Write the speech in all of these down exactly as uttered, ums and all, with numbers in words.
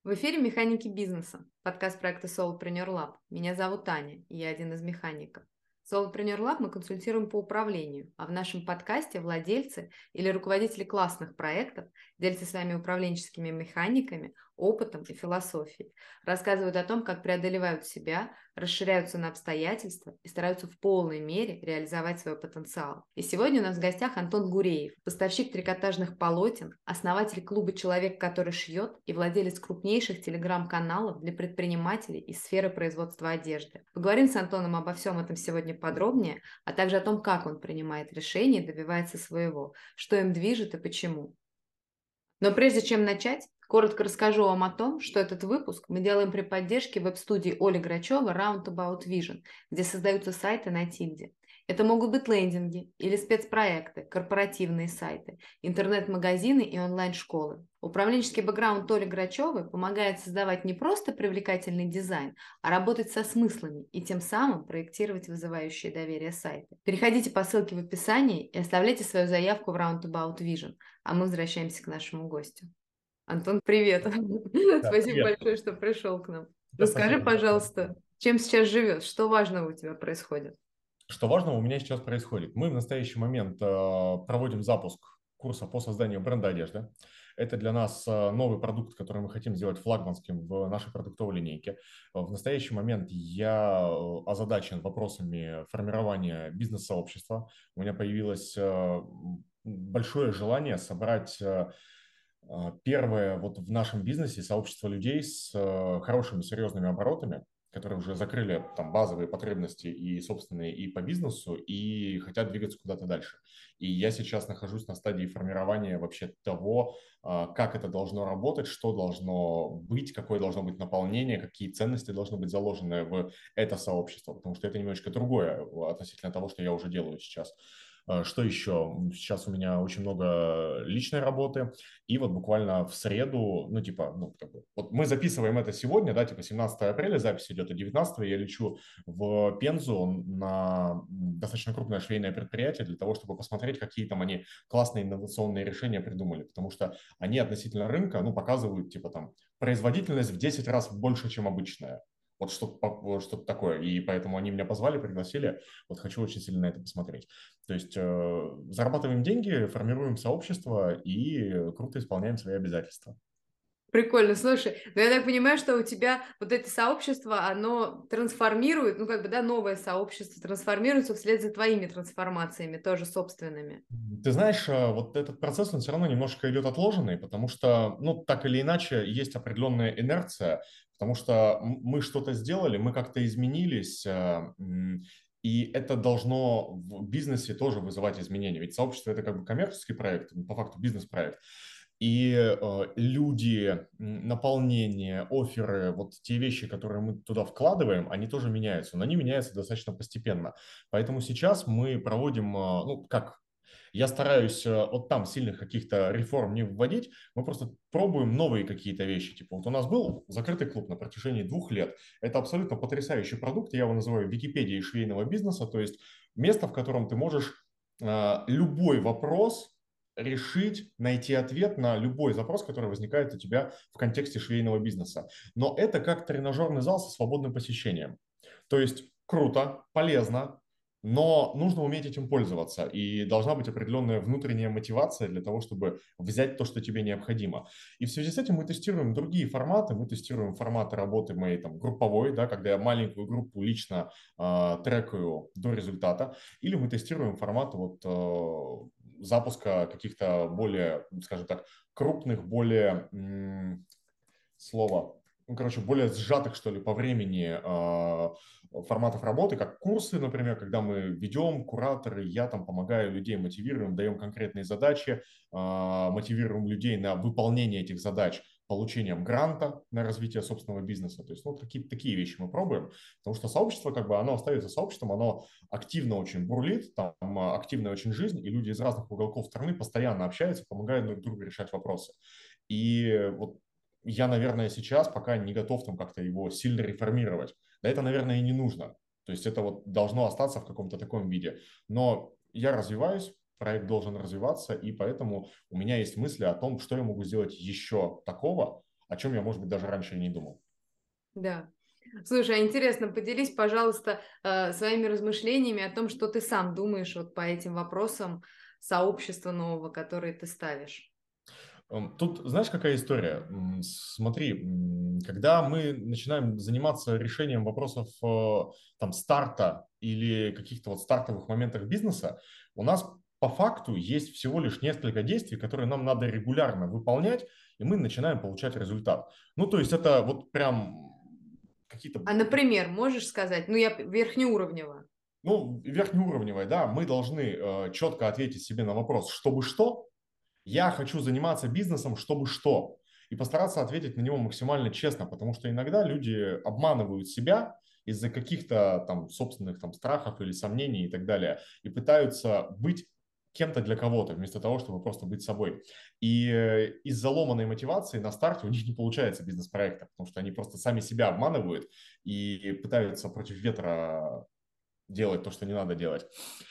В эфире «Механики бизнеса», подкаст проекта Solopreneur Lab. Меня зовут Аня, и я один из механиков. В Solopreneur Lab мы консультируем по управлению, а в нашем подкасте владельцы или руководители классных проектов делятся своими управленческими механиками, опытом и философией, рассказывают о том, как преодолевают себя, расширяются на обстоятельства и стараются в полной мере реализовать свой потенциал. И сегодня у нас в гостях Антон Гуреев, поставщик трикотажных полотен, основатель клуба «Человек, который шьет» и владелец крупнейших телеграм-каналов для предпринимателей из сферы производства одежды. Поговорим с Антоном обо всем этом сегодня подробнее, а также о том, как он принимает решения и добивается своего, что им движет и почему. Но прежде чем начать, коротко расскажу вам о том, что этот выпуск мы делаем при поддержке веб-студии Оли Грачева Roundabout Vision, где создаются сайты на Тильде. Это могут быть лендинги или спецпроекты, корпоративные сайты, интернет-магазины и онлайн-школы. Управленческий бэкграунд Оли Грачевой помогает создавать не просто привлекательный дизайн, а работать со смыслами и тем самым проектировать вызывающие доверие сайты. Переходите по ссылке в описании и оставляйте свою заявку в Roundabout Vision, а мы возвращаемся к нашему гостю. Антон, привет. Да, Спасибо привет. большое, что пришел к нам. Да, Расскажи, спасибо. пожалуйста, чем сейчас живешь, что важного у тебя происходит? Что важного у меня сейчас происходит? Мы в настоящий момент э, проводим запуск курса по созданию бренда одежды. Это для нас э, новый продукт, который мы хотим сделать флагманским в нашей продуктовой линейке. В настоящий момент я э, озадачен вопросами формирования бизнес-сообщества. У меня появилось э, большое желание собрать э, э, первое вот в нашем бизнесе сообщество людей с э, хорошими, серьезными оборотами, которые уже закрыли там базовые потребности и собственные, и по бизнесу, и хотят двигаться куда-то дальше. И я сейчас нахожусь на стадии формирования вообще того, а, как это должно работать, что должно быть, какое должно быть наполнение, какие ценности должны быть заложены в это сообщество, потому что это немножечко другое относительно того, что я уже делаю сейчас. А, Что еще? Сейчас у меня очень много личной работы, и вот буквально в среду, ну, типа, ну, как бы, вот мы записываем это сегодня, да, типа семнадцатого апреля запись идет, а девятнадцатого я лечу в Пензу на достаточно крупное швейное предприятие для того, чтобы посмотреть, какие там они классные инновационные решения придумали, потому что они относительно рынка, ну, показывают, типа, там, производительность в десять раз больше, чем обычная. Вот что-то, что-то такое. И поэтому они меня позвали, пригласили. Вот хочу очень сильно на это посмотреть. То есть э, зарабатываем деньги, формируем сообщество и круто исполняем свои обязательства. Прикольно, слушай, но я так понимаю, что у тебя вот это сообщество, оно трансформирует, ну как бы, да, новое сообщество трансформируется вслед за твоими трансформациями, тоже собственными. Ты знаешь, э, вот этот процесс, он все равно немножко идет отложенный, потому что, ну, так или иначе, есть определенная инерция, потому что м- мы что-то сделали, мы как-то изменились, э, м, и это должно в бизнесе тоже вызывать изменения. Ведь сообщество – это как бы коммерческий проект, ну, по факту бизнес-проект. И э, люди, м, наполнение, офферы, вот те вещи, которые мы туда вкладываем, они тоже меняются, но они меняются достаточно постепенно. Поэтому сейчас мы проводим, э, ну, как я стараюсь э, вот там сильных каких-то реформ не вводить, мы просто пробуем новые какие-то вещи. Типа вот у нас был закрытый клуб на протяжении двух лет. Это абсолютно потрясающий продукт, я его называю Википедией швейного бизнеса, то есть место, в котором ты можешь э, любой вопрос решить, найти ответ на любой запрос, который возникает у тебя в контексте швейного бизнеса. Но это как тренажерный зал со свободным посещением. То есть круто, полезно, но нужно уметь этим пользоваться, и должна быть определенная внутренняя мотивация для того, чтобы взять то, что тебе необходимо. И в связи с этим мы тестируем другие форматы. Мы тестируем форматы работы моей там, групповой, да, когда я маленькую группу лично э, трекаю до результата, или мы тестируем формат вот, э, запуска каких-то более, скажем так, крупных, более м- слово, ну, короче, более сжатых, что ли, по времени э, форматов работы, как курсы, например, когда мы ведем, кураторы, я там помогаю людей, мотивируем, даем конкретные задачи, э, мотивируем людей на выполнение этих задач получением гранта на развитие собственного бизнеса. То есть, ну, такие, такие вещи мы пробуем, потому что сообщество, как бы, оно остается сообществом, оно активно очень бурлит, там активная очень жизнь, и люди из разных уголков страны постоянно общаются, помогают друг другу решать вопросы. И вот я, наверное, сейчас пока не готов там как-то его сильно реформировать. Да это, наверное, и не нужно. То есть это вот должно остаться в каком-то таком виде. Но я развиваюсь, проект должен развиваться, и поэтому у меня есть мысли о том, что я могу сделать еще такого, о чем я, может быть, даже раньше и не думал. Да. Слушай, а интересно, поделись, пожалуйста, э, своими размышлениями о том, что ты сам думаешь вот по этим вопросам сообщества нового, которое ты ставишь. Эм, Тут знаешь, какая история? М, Смотри, м, когда мы начинаем заниматься решением вопросов э, там старта или каких-то вот стартовых моментах бизнеса, у нас по факту есть всего лишь несколько действий, которые нам надо регулярно выполнять, и мы начинаем получать результат. Ну, то есть это вот прям какие-то, А, например, можешь сказать, ну, я верхнеуровнево. ну, верхнеуровневые, да, мы должны э, четко ответить себе на вопрос, чтобы что. Я хочу заниматься бизнесом, чтобы что? И постараться ответить на него максимально честно, потому что иногда люди обманывают себя из-за каких-то там собственных там страхов или сомнений и так далее, и пытаются быть кем-то для кого-то, вместо того, чтобы просто быть собой. И э, из-за ломаной мотивации на старте у них не получается бизнес-проекта, потому что они просто сами себя обманывают и пытаются против ветра делать то, что не надо делать.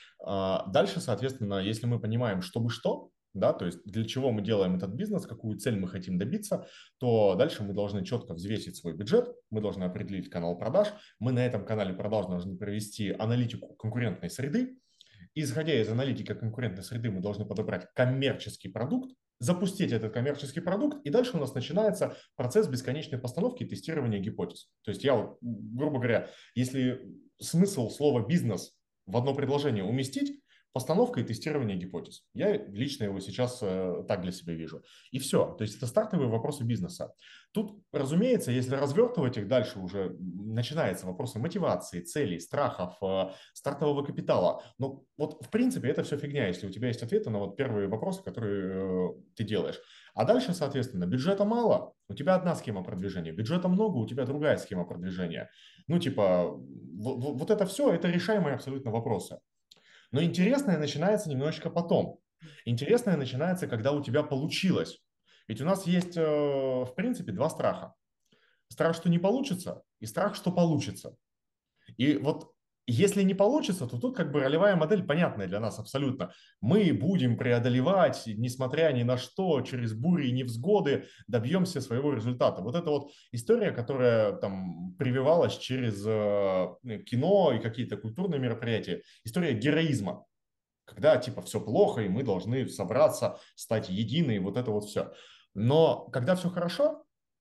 А дальше, соответственно, если мы понимаем, чтобы что, да, то есть для чего мы делаем этот бизнес, какую цель мы хотим добиться, то дальше мы должны четко взвесить свой бюджет, мы должны определить канал продаж, мы на этом канале продаж должны провести аналитику конкурентной среды. Исходя из аналитики конкурентной среды, мы должны подобрать коммерческий продукт, запустить этот коммерческий продукт, и дальше у нас начинается процесс бесконечной постановки и тестирования гипотез. То есть я вот, грубо говоря, если смысл слова «бизнес» в одно предложение уместить, постановка и тестирование гипотез. Я лично его сейчас э, так для себя вижу. И все. То есть это стартовые вопросы бизнеса. Тут, разумеется, если развертывать их дальше, уже начинаются вопросы мотивации, целей, страхов, э, стартового капитала. Но вот в принципе это все фигня, если у тебя есть ответы на вот первые вопросы, которые э, ты делаешь. А дальше, соответственно, бюджета мало, у тебя одна схема продвижения, бюджета много, у тебя другая схема продвижения. Ну, типа, вот, вот это все, это решаемые абсолютно вопросы. Но интересное начинается немножечко потом. Интересное начинается, когда у тебя получилось. Ведь у нас есть, э, в принципе, два страха. Страх, что не получится, и страх, что получится. И вот если не получится, то тут как бы ролевая модель понятная для нас абсолютно. Мы будем преодолевать, несмотря ни на что, через бури и невзгоды добьемся своего результата. Вот это вот история, которая там прививалась через э, кино и какие-то культурные мероприятия. История героизма, когда типа все плохо, и мы должны собраться, стать единой, вот это вот все. Но когда все хорошо,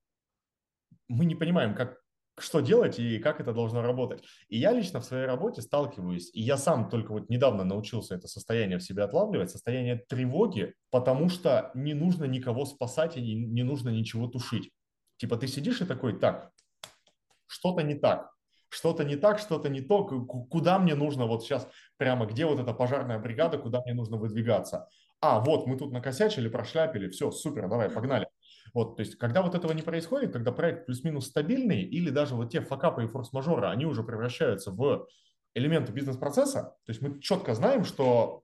мы не понимаем, как, что делать и как это должно работать. И я лично в своей работе сталкиваюсь, и я сам только вот недавно научился это состояние в себе отлавливать, состояние тревоги, потому что не нужно никого спасать и не, не нужно ничего тушить. Типа ты сидишь и такой, так, что-то не так, что-то не так, что-то не то, куда мне нужно вот сейчас, прямо где вот эта пожарная бригада, куда мне нужно выдвигаться. А, вот, мы тут накосячили, прошляпили, все, супер, давай, погнали. Вот, то есть, когда вот этого не происходит, когда проект плюс-минус стабильный, или даже вот те факапы и форс-мажоры, они уже превращаются в элементы бизнес-процесса, то есть мы четко знаем, что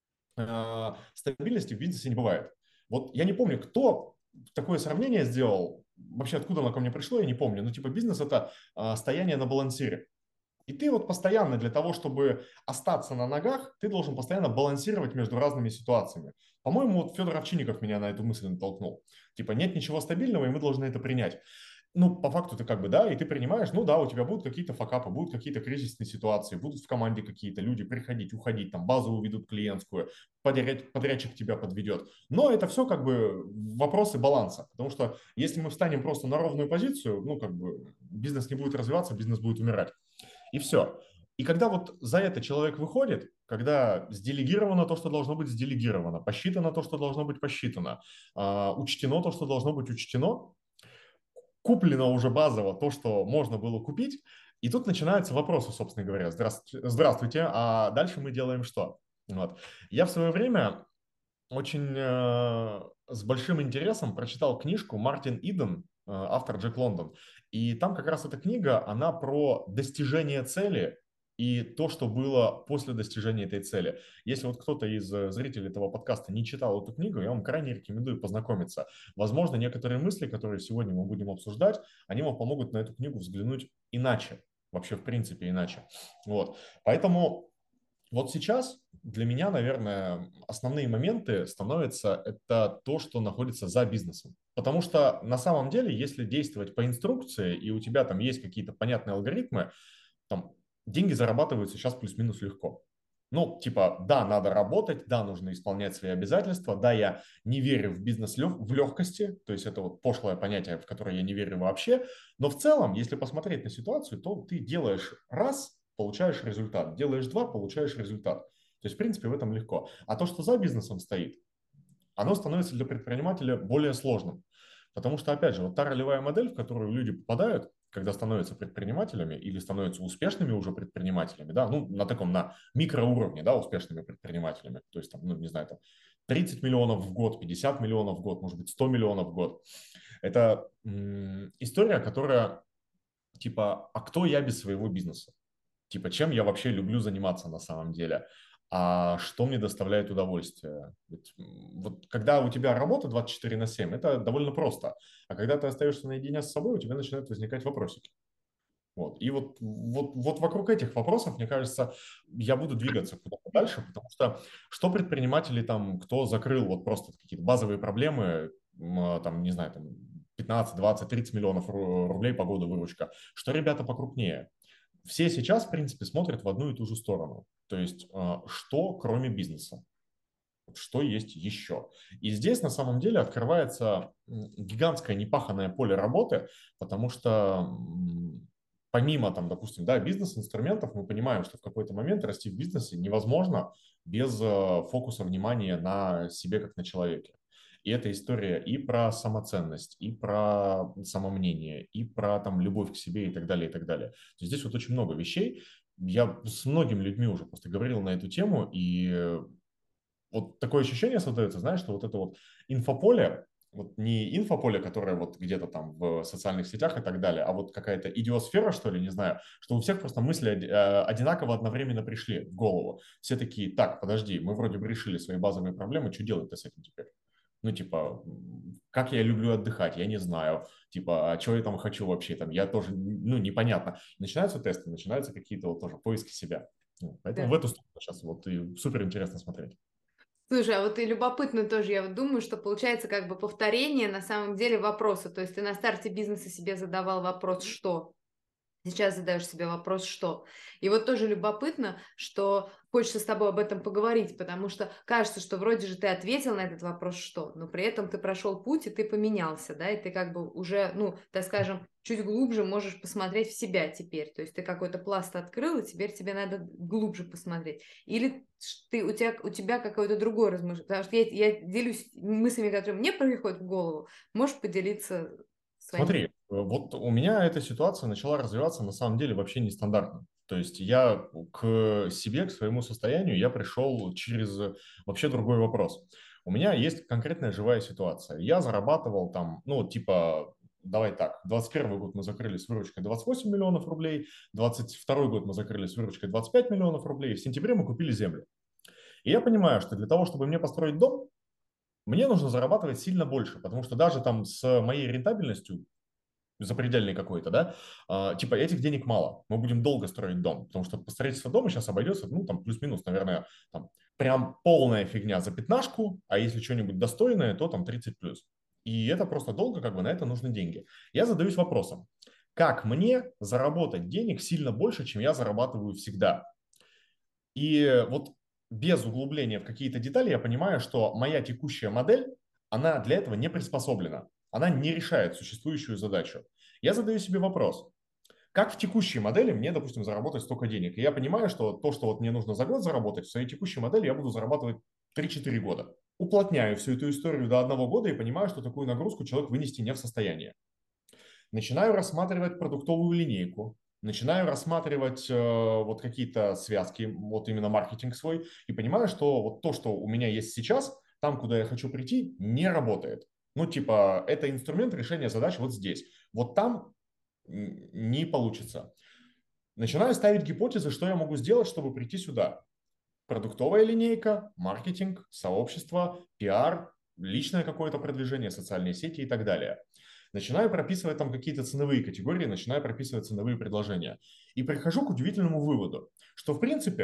э, стабильности в бизнесе не бывает. Вот я не помню, кто такое сравнение сделал, вообще откуда оно ко мне пришло, я не помню, но типа бизнес – это э, стояние на балансире. И ты вот постоянно для того, чтобы остаться на ногах, ты должен постоянно балансировать между разными ситуациями. По-моему, вот Федор Овчинников меня на эту мысль натолкнул. Типа нет ничего стабильного, и мы должны это принять. Ну, по факту ты как бы, да, и ты принимаешь, ну да, у тебя будут какие-то факапы, будут какие-то кризисные ситуации, будут в команде какие-то люди приходить, уходить, там базу уведут клиентскую, подряд, подрядчик тебя подведет. Но это все как бы вопросы баланса, потому что если мы встанем просто на ровную позицию, ну как бы бизнес не будет развиваться, бизнес будет умирать. И все. И когда вот за это человек выходит, когда сделегировано то, что должно быть сделегировано, посчитано то, что должно быть посчитано, а, учтено то, что должно быть учтено, куплено уже базово то, что можно было купить, и тут начинаются вопросы, собственно говоря. Здравствуйте, здравствуйте, а дальше мы делаем что? Вот. Я в свое время очень э, с большим интересом прочитал книжку Мартин Иден, э, автор Джек Лондон. И там как раз эта книга, она про достижение цели и то, что было после достижения этой цели. Если вот кто-то из э, зрителей этого подкаста не читал эту книгу, я вам крайне рекомендую познакомиться. Возможно, некоторые мысли, которые сегодня мы будем обсуждать, они вам помогут на эту книгу взглянуть иначе, вообще в принципе иначе. Вот. Поэтому Вот сейчас для меня, наверное, основные моменты становятся это то, что находится за бизнесом. Потому что на самом деле, если действовать по инструкции, и у тебя там есть какие-то понятные алгоритмы, там деньги зарабатываются сейчас плюс-минус легко. Ну, типа, да, надо работать, да, нужно исполнять свои обязательства, да, я не верю в бизнес лег- в легкости, то есть это вот пошлое понятие, в которое я не верю вообще, но в целом, если посмотреть на ситуацию, то ты делаешь раз, получаешь результат, делаешь два, получаешь результат. То есть, в принципе, в этом легко. А то, что за бизнесом стоит, оно становится для предпринимателя более сложным. Потому что, опять же, вот та ролевая модель, в которую люди попадают, когда становятся предпринимателями или становятся успешными уже предпринимателями, да, ну, на таком, на микроуровне, да, успешными предпринимателями, то есть, там, ну, не знаю, там, тридцать миллионов в год, пятьдесят миллионов в год, может быть, сто миллионов в год. Это м, история, которая, типа, а кто я без своего бизнеса? Типа, чем я вообще люблю заниматься на самом деле? А что мне доставляет удовольствие? Ведь, вот когда у тебя работа двадцать четыре на семь, это довольно просто. А когда ты остаешься наедине с собой, у тебя начинают возникать вопросики. Вот. И вот, вот, вот вокруг этих вопросов, мне кажется, я буду двигаться куда-то дальше, потому что что предприниматели там, кто закрыл вот просто какие-то базовые проблемы, там, не знаю, там пятнадцать, двадцать, тридцать миллионов рублей по году выручка, что ребята покрупнее, все сейчас, в принципе, смотрят в одну и ту же сторону. То есть, что кроме бизнеса? Что есть еще? И здесь на самом деле открывается гигантское непаханное поле работы, потому что помимо, там, допустим, да, бизнес-инструментов, мы понимаем, что в какой-то момент расти в бизнесе невозможно без фокуса внимания на себе как на человеке. И эта история и про самоценность, и про самомнение, и про там любовь к себе и так далее, и так далее. То есть здесь вот очень много вещей. Я с многими людьми уже просто говорил на эту тему, и вот такое ощущение создается, знаешь, что вот это вот инфополе, вот не инфополе, которое вот где-то там в социальных сетях и так далее, а вот какая-то идиосфера, что ли, не знаю, что у всех просто мысли одинаково одновременно пришли в голову. Все такие, так, подожди, мы вроде бы решили свои базовые проблемы, что делать-то с этим теперь? Ну, типа, как я люблю отдыхать, я не знаю. Типа, а что я там хочу вообще? Там, я тоже, ну, непонятно. Начинаются тесты, начинаются какие-то вот тоже поиски себя. Ну, поэтому в Да. эту сторону сейчас вот и супер интересно смотреть. Слушай, а вот и любопытно тоже, я вот думаю, что получается как бы повторение на самом деле вопроса. То есть ты на старте бизнеса себе задавал вопрос «что?», сейчас задаешь себе вопрос «что?». И вот тоже любопытно, что хочется с тобой об этом поговорить, потому что кажется, что вроде же ты ответил на этот вопрос «что?», но при этом ты прошел путь, и ты поменялся, да, и ты как бы уже, ну, так скажем, чуть глубже можешь посмотреть в себя теперь. То есть ты какой-то пласт открыл, и теперь тебе надо глубже посмотреть. Или ты, у тебя, у тебя какое-то другое размышление. Потому что я, я делюсь мыслями, которые мне приходят в голову. Можешь поделиться своими? Смотри, э, вот у меня эта ситуация начала развиваться на самом деле вообще нестандартно. То есть я к себе, к своему состоянию, я пришел через вообще другой вопрос. У меня есть конкретная живая ситуация. Я зарабатывал там, ну, типа, давай так, двадцать первый год мы закрыли с выручкой двадцать восемь миллионов рублей, двадцать второй год мы закрыли с выручкой двадцать пять миллионов рублей, в сентябре мы купили землю. И я понимаю, что для того, чтобы мне построить дом, мне нужно зарабатывать сильно больше, потому что даже там с моей рентабельностью запредельный какой-то, да, а, типа этих денег мало, мы будем долго строить дом, потому что по строительству дома сейчас обойдется, ну, там, плюс-минус, наверное, там, прям полная фигня за пятнашку, а если что-нибудь достойное, то там тридцать плюс. И это просто долго, как бы на это нужны деньги. Я задаюсь вопросом, как мне заработать денег сильно больше, чем я зарабатываю всегда? И вот без углубления в какие-то детали я понимаю, что моя текущая модель, она для этого не приспособлена. Она не решает существующую задачу. Я задаю себе вопрос, как в текущей модели мне, допустим, заработать столько денег? И я понимаю, что то, что вот мне нужно за год заработать, в своей текущей модели я буду зарабатывать три-четыре года. Уплотняю всю эту историю до одного года и понимаю, что такую нагрузку человек вынести не в состоянии. Начинаю рассматривать продуктовую линейку, начинаю рассматривать э, вот какие-то связки, вот именно маркетинг свой, и понимаю, что вот то, что у меня есть сейчас, там, куда я хочу прийти, не работает. Ну, типа, это инструмент решения задач вот здесь. Вот там не получится. Начинаю ставить гипотезы, что я могу сделать, чтобы прийти сюда. Продуктовая линейка, маркетинг, сообщество, пиар, личное какое-то продвижение, социальные сети и так далее. Начинаю прописывать там какие-то ценовые категории, начинаю прописывать ценовые предложения. И прихожу к удивительному выводу, что в принципе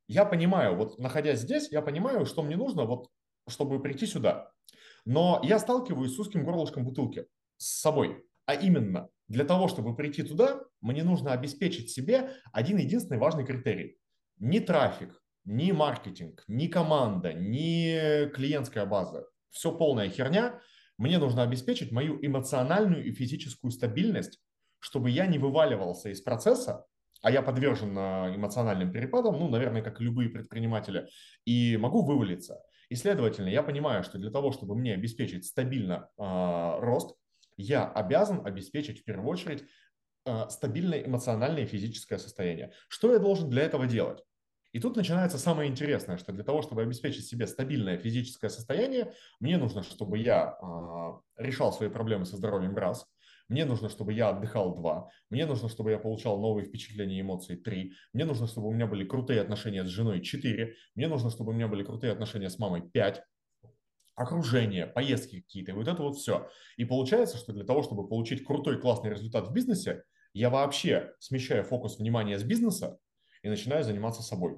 я понимаю, вот находясь здесь, я понимаю, что мне нужно, вот, чтобы прийти сюда. Но я сталкиваюсь с узким горлышком бутылки с собой. А именно, для того, чтобы прийти туда, мне нужно обеспечить себе один единственный важный критерий. Ни трафик, ни маркетинг, ни команда, ни клиентская база. Все полная херня. Мне нужно обеспечить мою эмоциональную и физическую стабильность, чтобы я не вываливался из процесса, а я подвержен а, эмоциональным перепадам, ну, наверное, как и любые предприниматели, и могу вывалиться. И, следовательно, я понимаю, что для того, чтобы мне обеспечить стабильно э, рост, я обязан обеспечить в первую очередь э, стабильное эмоциональное и физическое состояние. Что я должен для этого делать? И тут начинается самое интересное, что для того, чтобы обеспечить себе стабильное физическое состояние, мне нужно, чтобы я э, решал свои проблемы со здоровьем раз, мне нужно, чтобы я отдыхал два, мне нужно, чтобы я получал новые впечатления и эмоции три, мне нужно, чтобы у меня были крутые отношения с женой четыре, мне нужно, чтобы у меня были крутые отношения с мамой пять, окружение, поездки какие-то, и вот это вот все. И получается, что для того, чтобы получить крутой, классный результат в бизнесе, я вообще смещаю фокус внимания с бизнеса и начинаю заниматься собой.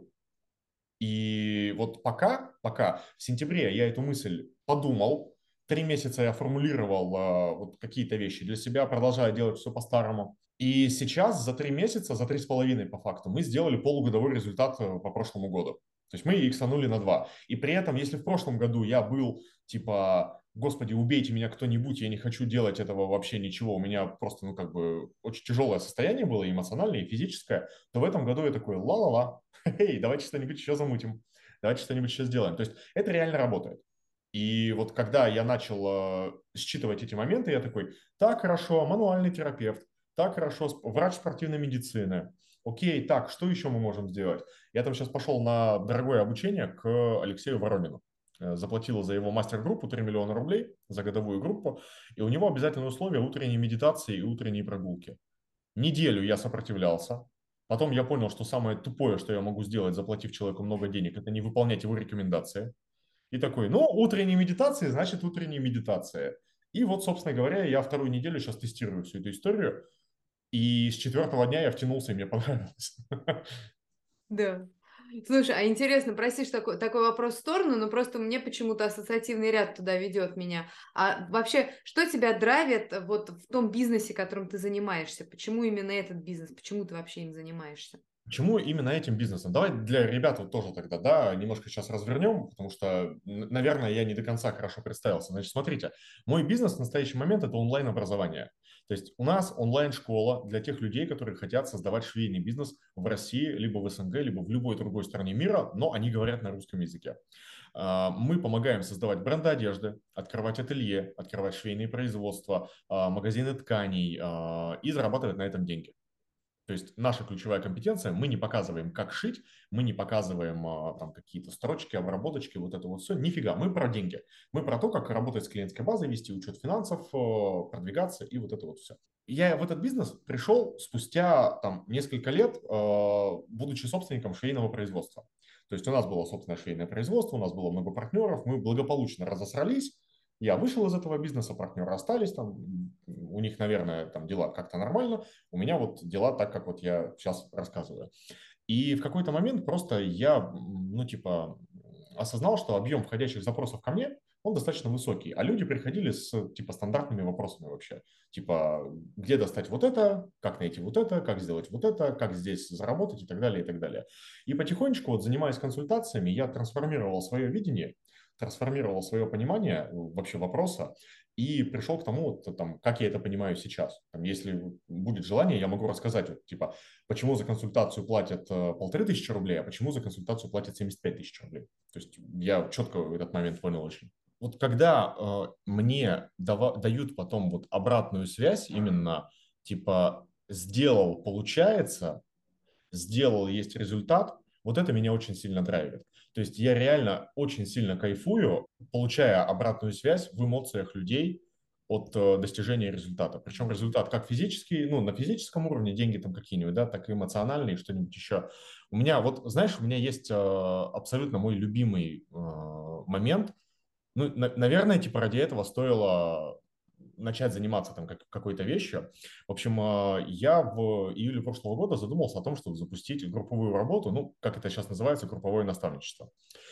И вот пока, пока в сентябре я эту мысль подумал, три месяца я формулировал э, вот какие-то вещи для себя, продолжаю делать все по-старому. И сейчас за три месяца, за три с половиной по факту, мы сделали полугодовой результат э, по прошлому году. То есть мы иксанули на два. И при этом, если в прошлом году я был типа, господи, убейте меня кто-нибудь, я не хочу делать этого вообще ничего, у меня просто, ну, как бы, очень тяжелое состояние было, эмоциональное, и физическое, то в этом году я такой, ла-ла-ла, эй, давайте что-нибудь еще замутим, давайте что-нибудь еще сделаем. То есть это реально работает. И вот когда я начал э, считывать эти моменты, я такой, так, хорошо, мануальный терапевт, так, хорошо, врач спортивной медицины, окей, так, что еще мы можем сделать? Я там сейчас пошел на дорогое обучение к Алексею Воронину. Э, Заплатила за его мастер-группу три миллиона рублей за годовую группу, и у него обязательное условие утренней медитации и утренней прогулки. Неделю я сопротивлялся. Потом я понял, что самое тупое, что я могу сделать, заплатив человеку много денег, это не выполнять его рекомендации. И такой, ну, утренние медитации, значит, утренние медитации. И вот, собственно говоря, я вторую неделю сейчас тестирую всю эту историю. И с четвертого дня я втянулся, и мне понравилось. Да. Слушай, а интересно, прости, что такой, такой вопрос в сторону, но просто мне почему-то ассоциативный ряд туда ведет меня. А вообще, что тебя драйвит вот в том бизнесе, которым ты занимаешься? Почему именно этот бизнес? Почему ты вообще им занимаешься? Почему именно этим бизнесом? Давай для ребят вот тоже тогда, да, немножко сейчас развернем, потому что, н- наверное, я не до конца хорошо представился. Значит, смотрите, мой бизнес в настоящий момент – это онлайн-образование. То есть у нас онлайн-школа для тех людей, которые хотят создавать швейный бизнес в России, либо в СНГ, либо в любой другой стране мира, но они говорят на русском языке. А, Мы помогаем создавать бренды одежды, открывать ателье, открывать швейные производства, а, магазины тканей а, и зарабатывать на этом деньги. То есть наша ключевая компетенция, мы не показываем, как шить, мы не показываем а, там какие-то строчки, обработочки, вот это вот все. Нифига, мы про деньги. Мы про то, как работать с клиентской базой, вести учет финансов, э, продвигаться и вот это вот все. Я в этот бизнес пришел спустя там, несколько лет, э, будучи собственником швейного производства. То есть у нас было собственное швейное производство, у нас было много партнеров, мы благополучно разосрались. Я вышел из этого бизнеса, партнеры остались там, у них, наверное, там дела как-то нормально, у меня вот дела так, как вот я сейчас рассказываю. И в какой-то момент просто я, ну, типа, осознал, что объем входящих запросов ко мне, он достаточно высокий, а люди приходили с, типа, стандартными вопросами вообще. Типа, где достать вот это, как найти вот это, как сделать вот это, как здесь заработать и так далее, и так далее. И потихонечку, вот занимаясь консультациями, я трансформировал свое видение, трансформировал свое понимание вообще вопроса и пришел к тому, вот, там, как я это понимаю сейчас. Там, если будет желание, я могу рассказать, вот, типа, почему за консультацию платят э, полторы тысячи рублей, а почему за консультацию платят семьдесят пять тысяч рублей. То есть я четко в этот момент понял очень. Вот когда э, мне дава- дают потом вот обратную связь, именно типа сделал, получается, сделал, есть результат, вот это меня очень сильно драйвит. То есть я реально очень сильно кайфую, получая обратную связь в эмоциях людей от э, достижения результата. Причем результат как физический, ну, на физическом уровне, деньги там какие-нибудь, да, так и эмоциональные, что-нибудь еще. У меня, вот, знаешь, у меня есть э, абсолютно мой любимый э, момент. Ну, на- наверное, типа ради этого стоило начать заниматься там как, какой-то вещью. В общем, э, я в июле прошлого года задумался о том, чтобы запустить групповую работу, ну, как это сейчас называется, групповое наставничество.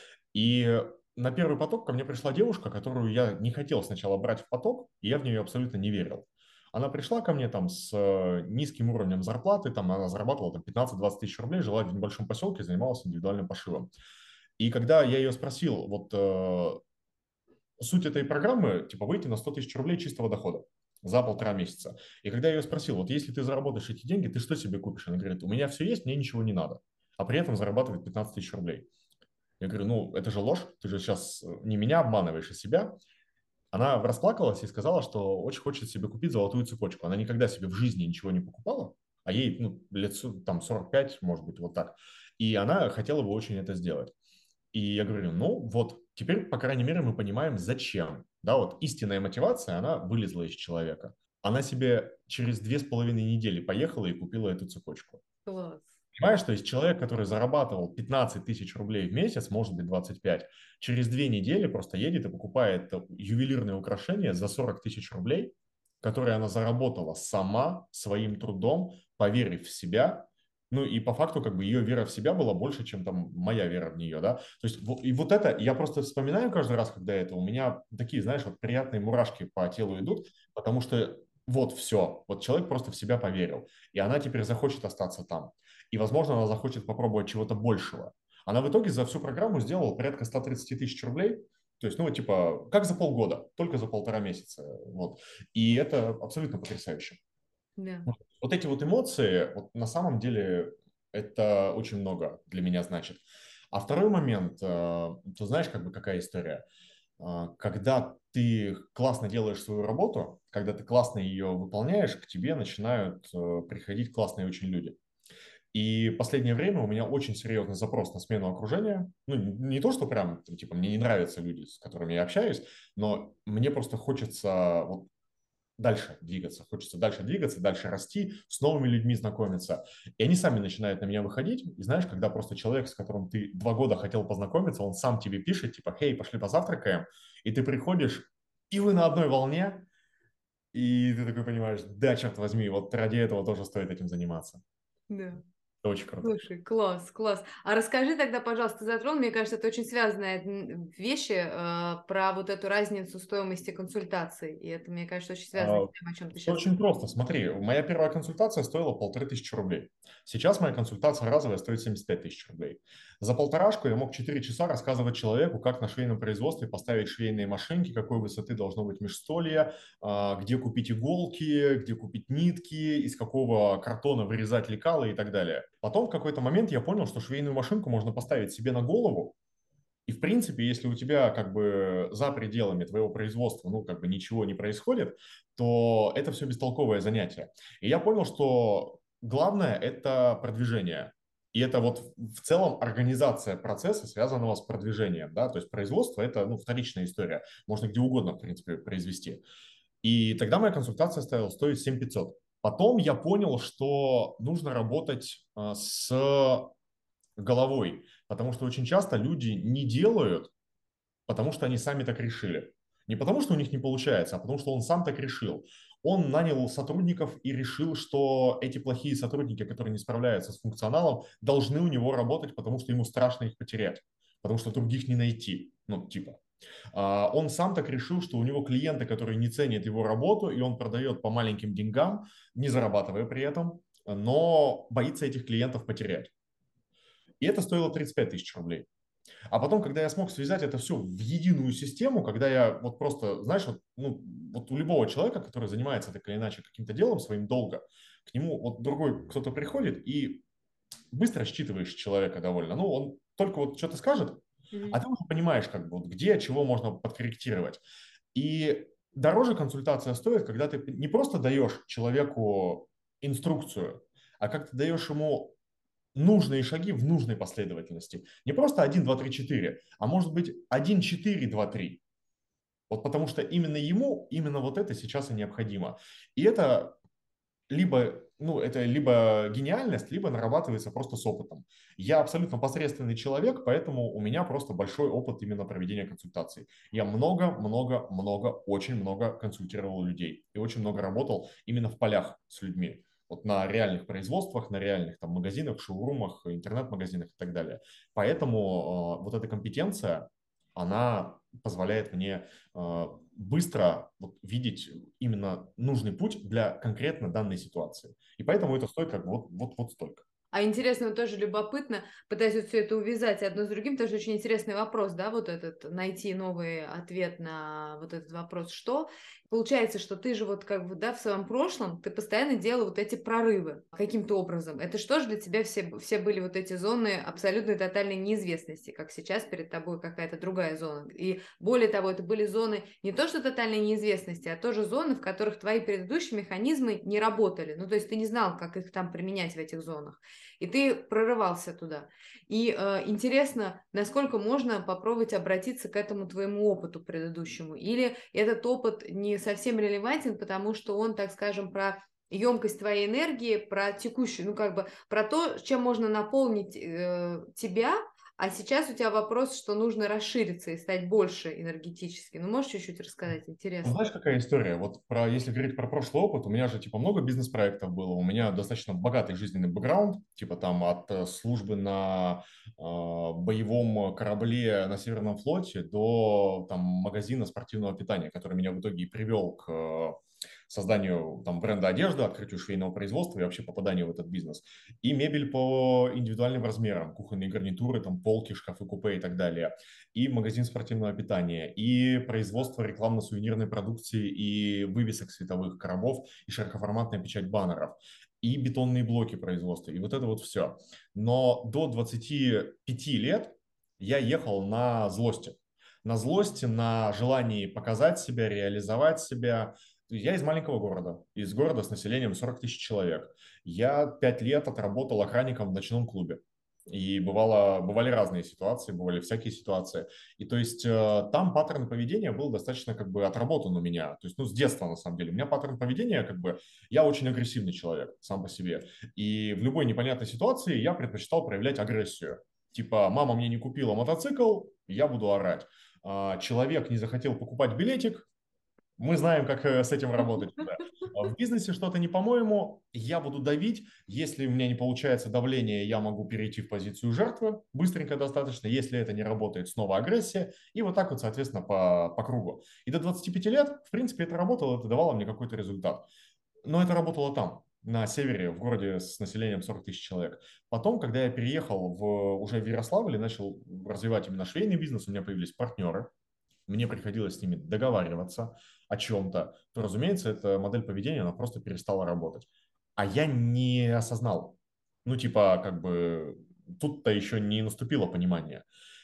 И на первый поток ко мне пришла девушка, которую я не хотел сначала брать в поток, и я в нее абсолютно не верил. Она пришла ко мне там с э, низким уровнем зарплаты, там она зарабатывала там пятнадцать-двадцать тысяч рублей, жила в небольшом поселке, занималась индивидуальным пошивом. И когда я ее спросил, вот э, суть этой программы, типа выйти на сто тысяч рублей чистого дохода за полтора месяца. И когда я ее спросил, вот если ты заработаешь эти деньги, ты что себе купишь? Она говорит, у меня все есть, мне ничего не надо. А при этом зарабатывает пятнадцать тысяч рублей. Я говорю, ну, это же ложь, ты же сейчас не меня обманываешь, а себя. Она расплакалась и сказала, что очень хочет себе купить золотую цепочку. Она никогда себе в жизни ничего не покупала, а ей ну, лет там сорок пять, может быть, вот так. И она хотела бы очень это сделать. И я говорю, ну вот, теперь, по крайней мере, мы понимаем, зачем. Да, вот истинная мотивация, она вылезла из человека. Она себе через две с половиной недели поехала и купила эту цепочку. Класс. Понимаешь, то есть человек, который зарабатывал пятнадцать тысяч рублей в месяц, может быть двадцать пять, через две недели просто едет и покупает ювелирные украшения за сорок тысяч рублей, которые она заработала сама, своим трудом, поверив в себя. Ну и по факту как бы ее вера в себя была больше, чем там моя вера в нее, да. То есть и вот это, я просто вспоминаю каждый раз, когда это, у меня такие, знаешь, вот приятные мурашки по телу идут, потому что вот все, вот человек просто в себя поверил, и она теперь захочет остаться там. И, возможно, она захочет попробовать чего-то большего. Она в итоге за всю программу сделала порядка сто тридцать тысяч рублей. То есть, ну, типа, как за полгода, только за полтора месяца. Вот. И это абсолютно потрясающе. Да. Вот эти вот эмоции, вот на самом деле, это очень много для меня значит. А второй момент, э, ты знаешь, как бы какая история? Э, Когда ты классно делаешь свою работу, когда ты классно ее выполняешь, к тебе начинают э, приходить классные очень люди. И в последнее время у меня очень серьезный запрос на смену окружения. Ну, не то, что прям, типа, мне не нравятся люди, с которыми я общаюсь, но мне просто хочется вот дальше двигаться, хочется дальше двигаться, дальше расти, с новыми людьми знакомиться. И они сами начинают на меня выходить. И знаешь, когда просто человек, с которым ты два года хотел познакомиться, он сам тебе пишет, типа, «Хей, пошли позавтракаем», и ты приходишь, и вы на одной волне, и ты такой понимаешь, да, черт возьми, вот ради этого тоже стоит этим заниматься. Да. Это очень круто. Слушай, класс, класс. А расскажи тогда, пожалуйста, затронул, мне кажется, это очень связанные м, вещи э, про вот эту разницу стоимости консультаций. И это, мне кажется, очень связано А, с тем, о чем ты Все сейчас очень сказал. просто. Смотри, моя первая консультация стоила полторы тысячи рублей. Сейчас моя консультация разовая стоит семьдесят пять тысяч рублей. За полторашку я мог четыре часа рассказывать человеку, как на швейном производстве поставить швейные машинки, какой высоты должно быть межстолье, а, где купить иголки, где купить нитки, из какого картона вырезать лекала и так далее. Потом в какой-то момент я понял, что швейную машинку можно поставить себе на голову, и, в принципе, если у тебя как бы за пределами твоего производства, ну, как бы ничего не происходит, то это все бестолковое занятие. И я понял, что главное – это продвижение. И это вот в целом организация процесса, связанного с продвижением, да, то есть производство – это, ну, вторичная история, можно где угодно, в принципе, произвести. И тогда моя консультация стоила, стоит семь тысяч пятьсот. Потом я понял, что нужно работать а, с головой, потому что очень часто люди не делают, потому что они сами так решили. Не потому, что у них не получается, а потому, что он сам так решил. Он нанял сотрудников и решил, что эти плохие сотрудники, которые не справляются с функционалом, должны у него работать, потому что ему страшно их потерять, потому что других не найти. Ну, типа. А, Он сам так решил, что у него клиенты, которые не ценят его работу, и он продает по маленьким деньгам, не зарабатывая при этом, но боится этих клиентов потерять. И это стоило тридцать пять тысяч рублей. А потом, когда я смог связать это все в единую систему, когда я вот просто, знаешь, вот, ну, вот у любого человека, который занимается так или иначе каким-то делом своим долго, к нему вот другой кто-то приходит и быстро считываешь человека довольно. Ну, он только вот что-то скажет, а Мгм. ты уже понимаешь, как бы, вот где, чего можно подкорректировать. И дороже консультация стоит, когда ты не просто даешь человеку инструкцию, а как ты даешь ему нужные шаги в нужной последовательности. Не просто один, два, три, четыре, а может быть один, четыре, два, три. Вот потому что именно ему, именно вот это сейчас и необходимо. И это либо, ну, это либо гениальность, либо нарабатывается просто с опытом. Я абсолютно посредственный человек, поэтому у меня просто большой опыт именно проведения консультаций. Я много, много, много, очень много консультировал людей и очень много работал именно в полях с людьми. Вот на реальных производствах, на реальных там магазинах, шоурумах, интернет-магазинах и так далее. Поэтому э, вот эта компетенция, она позволяет мне э, быстро вот, видеть именно нужный путь для конкретно данной ситуации. И поэтому это стоит как бы вот, вот, вот столько. А интересно, вот тоже любопытно, пытаясь вот все это увязать одно с другим, тоже очень интересный вопрос, да, вот этот, найти новый ответ на вот этот вопрос, что? Получается, что ты же вот как бы, да, в своем прошлом, ты постоянно делал вот эти прорывы каким-то образом. Это что же для тебя все, все были вот эти зоны абсолютной тотальной неизвестности, как сейчас перед тобой какая-то другая зона. И более того, это были зоны не то что тотальной неизвестности, а тоже зоны, в которых твои предыдущие механизмы не работали. Ну, то есть ты не знал, как их там применять в этих зонах. И ты прорывался туда. И э, интересно, насколько можно попробовать обратиться к этому твоему опыту предыдущему. Или этот опыт не совсем релевантен, потому что он, так скажем, про емкость твоей энергии, про текущую, ну как бы про то, чем можно наполнить э, тебя, а сейчас у тебя вопрос, что нужно расшириться и стать больше энергетически. Ну, можешь чуть-чуть рассказать? Ну, Интересно. знаешь, какая история? Вот про, если говорить про прошлый опыт, у меня же типа много бизнес-проектов было, у меня достаточно богатый жизненный бэкграунд, типа там от э, службы на э, боевом корабле на Северном флоте до там магазина спортивного питания, который меня в итоге и привел к э, созданию там бренда одежды, открытию швейного производства и вообще попаданию в этот бизнес. И мебель по индивидуальным размерам, кухонные гарнитуры, там полки, шкафы, купе и так далее. И магазин спортивного питания, и производство рекламно-сувенирной продукции и вывесок световых коробов, и широкоформатная печать баннеров, и бетонные блоки производства, и вот это вот все. Но до двадцати пяти лет я ехал на злости. На злости, на желании показать себя, реализовать себя. Я из маленького города, из города с населением сорок тысяч человек. Я пять лет отработал охранником в ночном клубе. И бывало, бывали разные ситуации, бывали всякие ситуации. И то есть э, там паттерн поведения был достаточно как бы отработан у меня. То есть, ну, с детства на самом деле. У меня паттерн поведения как бы... Я очень агрессивный человек сам по себе. И в любой непонятной ситуации я предпочитал проявлять агрессию. Типа, мама мне не купила мотоцикл, я буду орать. А, человек не захотел покупать билетик, мы знаем, как э, с этим работать. Да. А в бизнесе что-то не по-моему, я буду давить. Если у меня не получается давление, я могу перейти в позицию жертвы быстренько достаточно. Если это не работает, снова агрессия. И вот так вот, соответственно, по, по кругу. И до двадцати пяти лет, в принципе, это работало, это давало мне какой-то результат. Но это работало там, на севере, в городе с населением сорок тысяч человек. Потом, когда я переехал в, уже в Ярославль и начал развивать именно швейный бизнес, у меня появились партнеры, мне приходилось с ними договариваться о чем-то, то, разумеется, эта модель поведения, она просто перестала работать. А я не осознал. Ну, типа, как бы, тут-то еще не наступило понимание.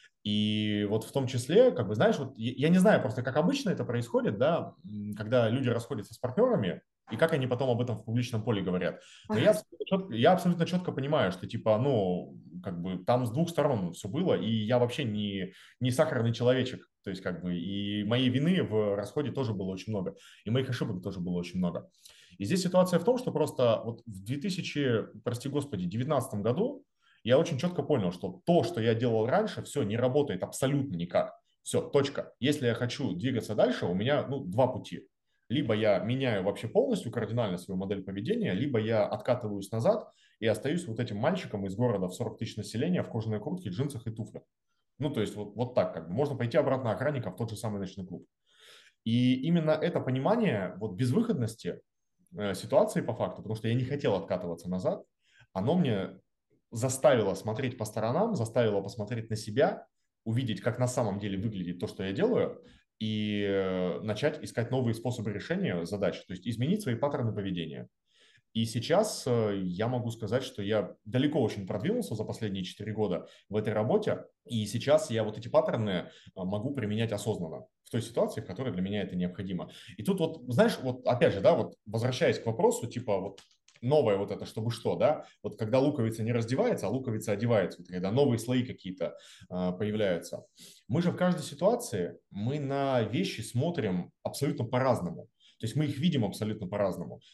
И вот в том числе, как бы, знаешь, вот я я не знаю просто, как обычно это происходит, да, м, когда люди расходятся с партнерами, и как они потом об этом в публичном поле говорят. Но я абсолютно четко, я абсолютно четко понимаю, что, типа, ну, как бы там с двух сторон все было, и я вообще не, не сахарный человечек. То есть, как бы, и моей вины в расходе тоже было очень много, и моих ошибок тоже было очень много. И здесь ситуация в том, что просто вот в две тысячи, прости господи, девятнадцатом году я очень четко понял, что то, что я делал раньше, все не работает абсолютно никак. Все, точка. Если я хочу двигаться дальше, у меня ну, два пути. Либо я меняю вообще полностью кардинально свою модель поведения, либо я откатываюсь назад и остаюсь вот этим мальчиком из города в сорок тысяч населения в кожаной куртке, джинсах и туфлях. Ну, то есть вот, вот так как бы. Можно пойти обратно охранника в тот же самый ночной клуб. И именно это понимание вот безвыходности э, ситуации по факту, потому что я не хотел откатываться назад, оно мне заставило смотреть по сторонам, заставило посмотреть на себя, увидеть, как на самом деле выглядит то, что я делаю, и э, начать искать новые способы решения задач, то есть изменить свои паттерны поведения. И сейчас э, я могу сказать, что я далеко очень продвинулся за последние четыре года в этой работе, и сейчас я вот эти паттерны э, могу применять осознанно в той ситуации, в которой для меня это необходимо. И тут вот, знаешь, вот опять же, да, вот возвращаясь к вопросу, типа вот новое вот это, чтобы что, да, вот когда луковица не раздевается, а луковица одевается, вот когда новые слои какие-то э, появляются. Мы же в каждой ситуации, мы на вещи смотрим абсолютно по-разному. То есть мы их видим абсолютно по-разному.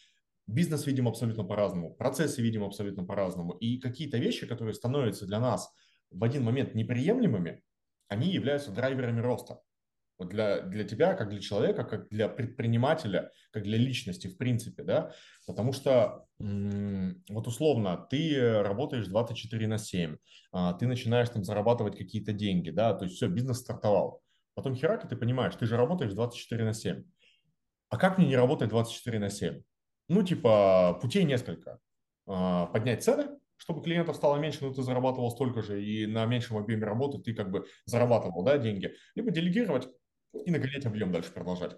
Бизнес видим абсолютно по-разному, процессы видим абсолютно по-разному. И какие-то вещи, которые становятся для нас в один момент неприемлемыми, они являются драйверами роста. Вот для, для тебя, как для человека, как для предпринимателя, как для личности, в принципе, да, потому что м, вот условно ты работаешь двадцать четыре на семь, а, ты начинаешь там зарабатывать какие-то деньги, да, то есть все, бизнес стартовал. Потом херак, и ты понимаешь, ты же работаешь двадцать четыре на семь. А как мне не работать двадцать четыре на семь? Ну, типа, путей несколько. А, Поднять цены, чтобы клиентов стало меньше, но ты зарабатывал столько же, и на меньшем объеме работы ты как бы зарабатывал, да, деньги. Либо делегировать и нагонять объем дальше продолжать.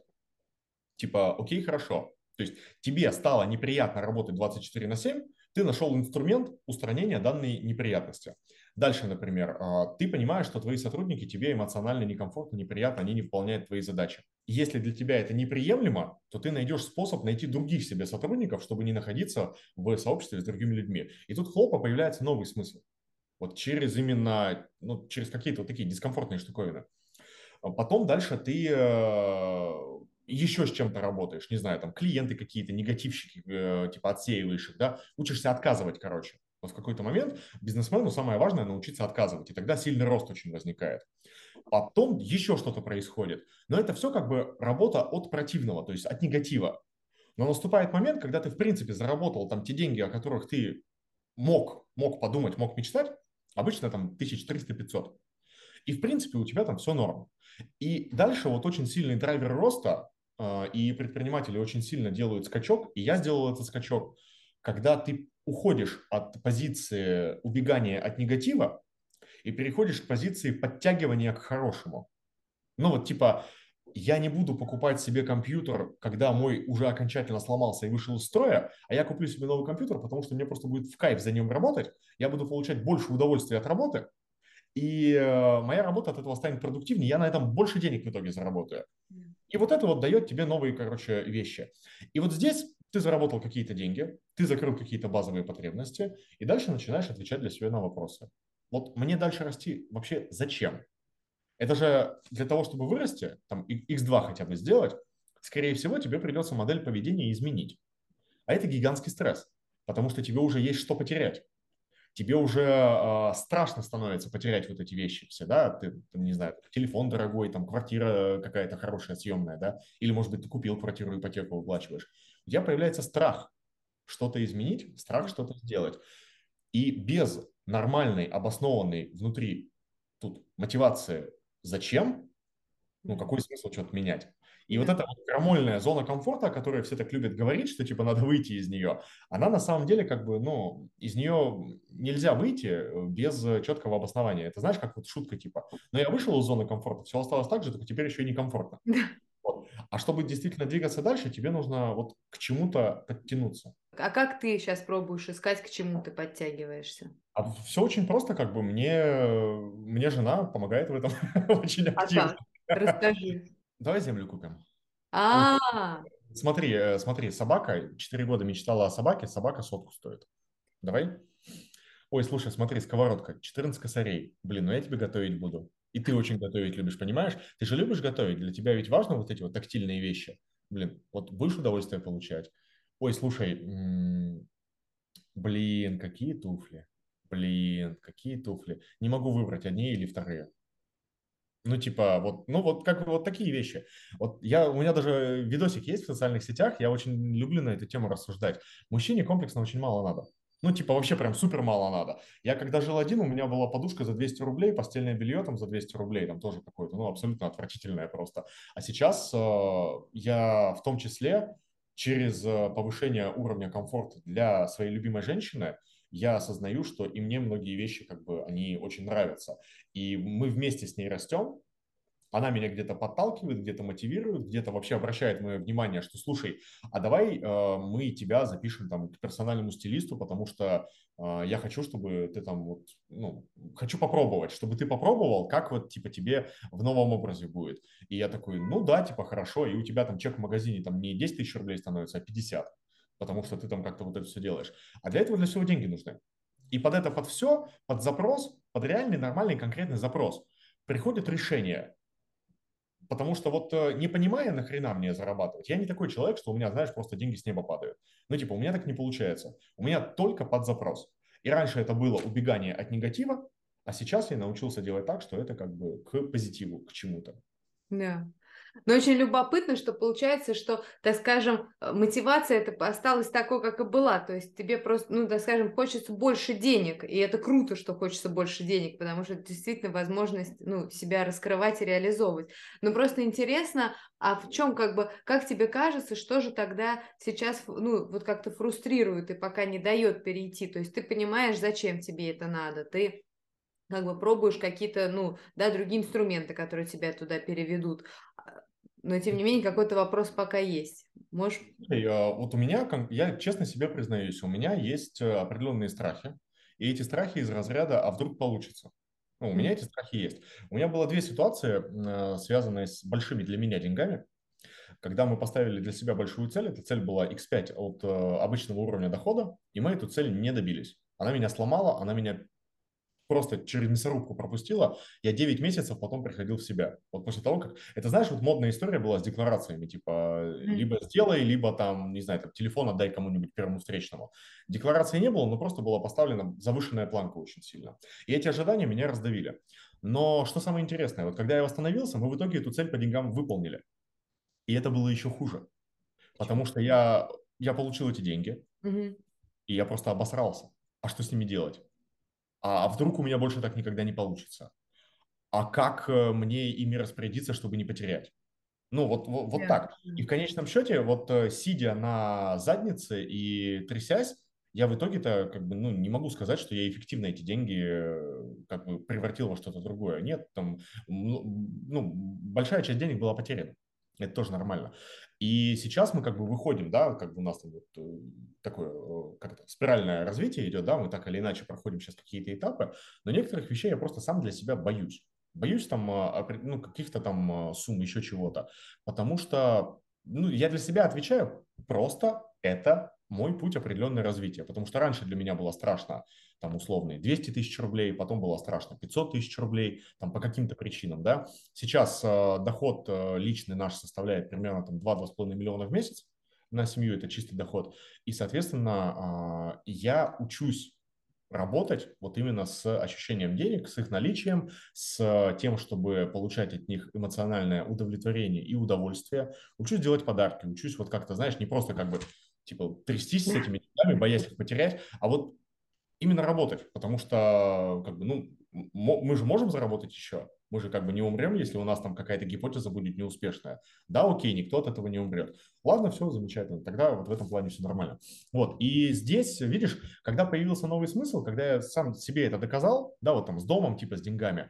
Типа, окей, хорошо. То есть тебе стало неприятно работать двадцать четыре на семь, ты нашел инструмент устранения данной неприятности. Дальше, например, а, ты понимаешь, что твои сотрудники тебе эмоционально некомфортно, неприятно, они не выполняют твои задачи. Если для тебя это неприемлемо, то ты найдешь способ найти других себе сотрудников, чтобы не находиться в сообществе с другими людьми. И тут хлопа появляется новый смысл. Вот через именно, ну, через какие-то вот такие дискомфортные штуковины. А Потом дальше ты э, еще с чем-то работаешь, не знаю, там клиенты какие-то, негативщики, э, типа отсеиваешь их, да, учишься отказывать, короче. Вот в какой-то момент бизнесмену самое важное научиться отказывать, и тогда сильный рост очень возникает. Потом еще что-то происходит. Но это все как бы работа от противного, то есть от негатива. Но наступает момент, когда ты, в принципе, заработал там те деньги, о которых ты мог, мог подумать, мог мечтать, обычно там тысяча триста пятьсот. И, в принципе, у тебя там все норм. И дальше вот очень сильный драйвер роста, э, и предприниматели очень сильно делают скачок, и я сделал этот скачок, когда ты уходишь от позиции убегания от негатива и переходишь к позиции подтягивания к хорошему. Ну вот типа, я не буду покупать себе компьютер, когда мой уже окончательно сломался и вышел из строя, а я куплю себе новый компьютер, потому что мне просто будет в кайф за ним работать, я буду получать больше удовольствия от работы, и э, моя работа от этого станет продуктивнее, я на этом больше денег в итоге заработаю. И вот это вот дает тебе новые, короче, вещи. И вот здесь ты заработал какие-то деньги, ты закрыл какие-то базовые потребности, и дальше начинаешь отвечать для себя на вопросы. Вот мне дальше расти вообще зачем? Это же для того, чтобы вырасти, там икс два хотя бы сделать, скорее всего, тебе придется модель поведения изменить. А это гигантский стресс, потому что тебе уже есть что потерять. Тебе уже э, страшно становится потерять вот эти вещи все, да, ты, там, не знаю, телефон дорогой, там, квартира какая-то хорошая, съемная, да, или, может быть, ты купил квартиру, ипотеку выплачиваешь. У тебя появляется страх что-то изменить, страх что-то сделать. И без нормальной, обоснованной внутри тут мотивации «зачем?», ну, какой смысл что-то менять? И вот Да. эта вот крамольная зона комфорта, о которой все так любят говорить, что типа надо выйти из нее, она на самом деле как бы, ну, из нее нельзя выйти э, без четкого обоснования. Это знаешь, как вот шутка типа, но я вышел из зоны комфорта, все осталось так же, только теперь еще и некомфортно. Вот. А чтобы действительно двигаться дальше, тебе нужно вот к чему-то подтянуться. А как ты сейчас пробуешь искать, к чему ты подтягиваешься? А все очень просто, как бы мне, мне жена помогает в этом очень А активно. как? Расскажи. Давай землю купим. Ну, А, Смотри, э, смотри, собака, четыре года мечтала о собаке, собака сотку стоит. Давай. Ой, слушай, смотри, сковородка, четырнадцать косарей. Блин, ну я тебе готовить буду. И ты очень готовить любишь, понимаешь? Ты же любишь готовить, для тебя ведь важно вот эти вот тактильные вещи. Блин, вот будешь удовольствие получать. Ой, слушай, м, блин, какие туфли. Блин, какие туфли. Не могу выбрать, одни или вторые. Ну, типа, вот, ну, вот как бы вот такие вещи. Вот я, у меня даже видосик есть в социальных сетях, я очень люблю на эту тему рассуждать. Мужчине комплексно очень мало надо. Ну, типа, вообще прям супер мало надо. Я когда жил один, у меня была подушка за двести рублей, постельное белье там за двести рублей, там тоже какое-то, ну, абсолютно отвратительное просто. А сейчас э, я в том числе через э, повышение уровня комфорта для своей любимой женщины, я осознаю, что и мне многие вещи, как бы, они очень нравятся. И мы вместе с ней растем, она меня где-то подталкивает, где-то мотивирует, где-то вообще обращает мое внимание, что слушай, а давай э, мы тебя запишем там к персональному стилисту, потому что э, я хочу, чтобы ты там вот, ну, хочу попробовать, чтобы ты попробовал, как вот типа тебе в новом образе будет. И я такой, ну да, типа хорошо, и у тебя там чек в магазине там не десять тысяч рублей становится, а пятьдесят, потому что ты там как-то вот это все делаешь. А для этого для всего деньги нужны. И под это, под все, под запрос, под реальный, нормальный, конкретный запрос приходит решение. Потому что вот э, не понимая, нахрена мне зарабатывать, я не такой человек, что у меня, знаешь, просто деньги с неба падают. Ну, типа, у меня так не получается. У меня только под запрос. И раньше это было убегание от негатива, а сейчас я научился делать так, что это как бы к позитиву, к чему-то. Да. Но очень любопытно, что получается, что, так скажем, э, мотивация это осталась такой, как и была. То есть тебе просто, ну, так скажем, хочется больше денег. И это круто, что хочется больше денег, потому что это действительно возможность, ну, себя раскрывать и реализовывать. Но просто интересно, а в чем, как бы, как тебе кажется, что же тогда сейчас, ну, вот как-то фрустрирует и пока не дает перейти? То есть ты понимаешь, зачем тебе это надо, ты как бы пробуешь какие-то, ну, да, другие инструменты, которые тебя туда переведут. А, но, тем не менее, какой-то вопрос пока есть. Можешь... Слушай, а вот у меня, кон- я честно себе признаюсь, у меня есть э, определенные страхи. И эти страхи из разряда «а вдруг получится?». Ну, у меня Мгм. эти страхи есть. У меня было две ситуации, э, связанные с большими для меня деньгами. Когда мы поставили для себя большую цель, эта цель была икс пять от э, обычного уровня дохода, и мы эту цель не добились. Она меня сломала, она меня просто через мясорубку пропустила. Я девять месяцев потом приходил в себя. Вот после того, как... Это, знаешь, вот модная история была с декларациями, типа, Мгм. либо сделай, либо там, не знаю, там, телефон отдай кому-нибудь первому встречному. Декларации не было, но просто была поставлена завышенная планка очень сильно. И эти ожидания меня раздавили. Но что самое интересное, вот когда я восстановился, мы в итоге эту цель по деньгам выполнили. И это было еще хуже. Потому что я, я получил эти деньги, Мгм. и я просто обосрался. А что с ними делать? А вдруг у меня больше так никогда не получится? А как э, мне ими распорядиться, чтобы не потерять? Ну, вот, вот, вот Да. так. И в конечном счете, вот э, сидя на заднице и трясясь, я в итоге-то как бы, ну, не могу сказать, что я эффективно эти деньги э, как бы превратил во что-то другое. Нет, там, ну, ну, большая часть денег была потеряна. Это тоже нормально. И сейчас мы как бы выходим, да, как бы у нас там вот э, такое, э, как это, спиральное развитие идет, да, мы так или иначе проходим сейчас какие-то этапы, но некоторых вещей я просто сам для себя боюсь. Боюсь там, а, опре- ну, каких-то там а, сумм, еще чего-то. Потому что, ну, я для себя отвечаю, просто это мой путь определенное развитие. Потому что раньше для меня было страшно, там, условные двести тысяч рублей, потом было страшно пятьсот тысяч рублей, там, по каким-то причинам, да. Сейчас э, доход э, личный наш составляет примерно там два-два с половиной миллиона в месяц на семью, это чистый доход. И, соответственно, э, я учусь работать вот именно с ощущением денег, с их наличием, с тем, чтобы получать от них эмоциональное удовлетворение и удовольствие. Учусь делать подарки, учусь вот как-то, знаешь, не просто как бы типа трястись с этими деньгами, боясь их потерять, а вот именно работать, потому что как бы, ну, мы же можем заработать еще, мы же как бы не умрем, если у нас там какая-то гипотеза будет неуспешная. Да, окей, никто от этого не умрет. Ладно, все замечательно, тогда вот в этом плане все нормально. Вот, и здесь, видишь, когда появился новый смысл, когда я сам себе это доказал, да, вот там с домом, типа с деньгами,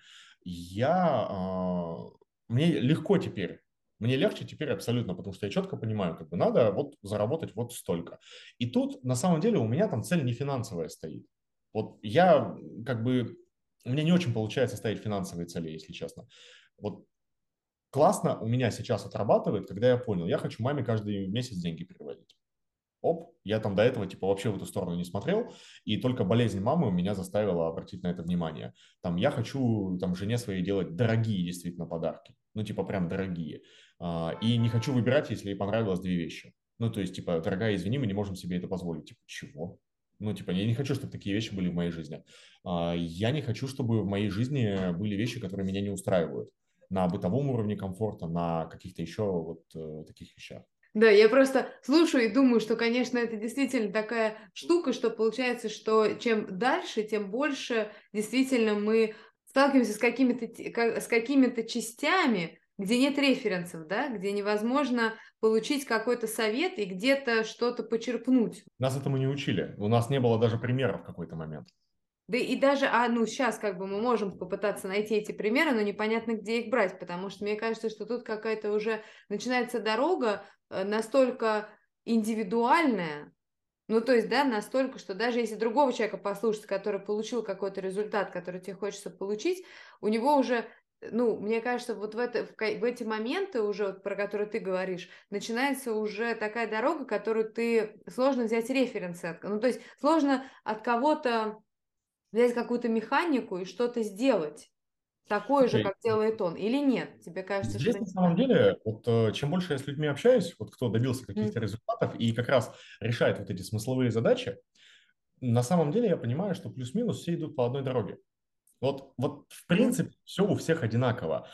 я, э, мне легко теперь, мне легче теперь абсолютно, потому что я четко понимаю, как бы надо вот заработать вот столько. И тут на самом деле у меня там цель не финансовая стоит. Вот я как бы, у меня не очень получается ставить финансовые цели, если честно. Вот классно у меня сейчас отрабатывает, когда я понял, я хочу маме каждый месяц деньги переводить. Оп, я там до этого типа вообще в эту сторону не смотрел, и только болезнь мамы меня заставила обратить на это внимание. Там я хочу там жене своей делать дорогие действительно подарки, ну типа прям дорогие. А, и не хочу выбирать, если ей понравилось две вещи. Ну то есть типа, дорогая, извини, мы не можем себе это позволить. Типа, чего? Ну, типа, я не хочу, чтобы такие вещи были в моей жизни. А, Я не хочу, чтобы в моей жизни были вещи, которые меня не устраивают на бытовом уровне комфорта, на каких-то еще вот э, таких вещах. Да, я просто слушаю и думаю, что, конечно, это действительно такая штука, что получается, что чем дальше, тем больше действительно мы сталкиваемся с какими-то те- ка- с какими-то частями, где нет референсов, да, где невозможно получить какой-то совет и где-то что-то почерпнуть. Нас этому не учили. У нас не было даже примеров в какой-то момент. Да и даже, а ну сейчас как бы мы можем попытаться найти эти примеры, но непонятно, где их брать, потому что мне кажется, что тут какая-то уже начинается дорога э, настолько индивидуальная, ну то есть, да, настолько, что даже если другого человека послушать, который получил какой-то результат, который тебе хочется получить, у него уже, ну, мне кажется, вот в, это, в, ка- в эти моменты уже, вот, про которые ты говоришь, начинается уже такая дорога, которую ты, сложно взять референсы, от- ну то есть сложно от кого-то взять какую-то механику и что-то сделать. такое же, Слушай, как делает он, или нет? Тебе кажется, здесь что на не самом так? деле, вот э, чем больше я с людьми общаюсь, вот кто добился каких-то М, результатов и как раз решает вот эти смысловые задачи, на самом деле я понимаю, что плюс-минус все идут по одной дороге. Вот, вот в м, принципе все у всех одинаково.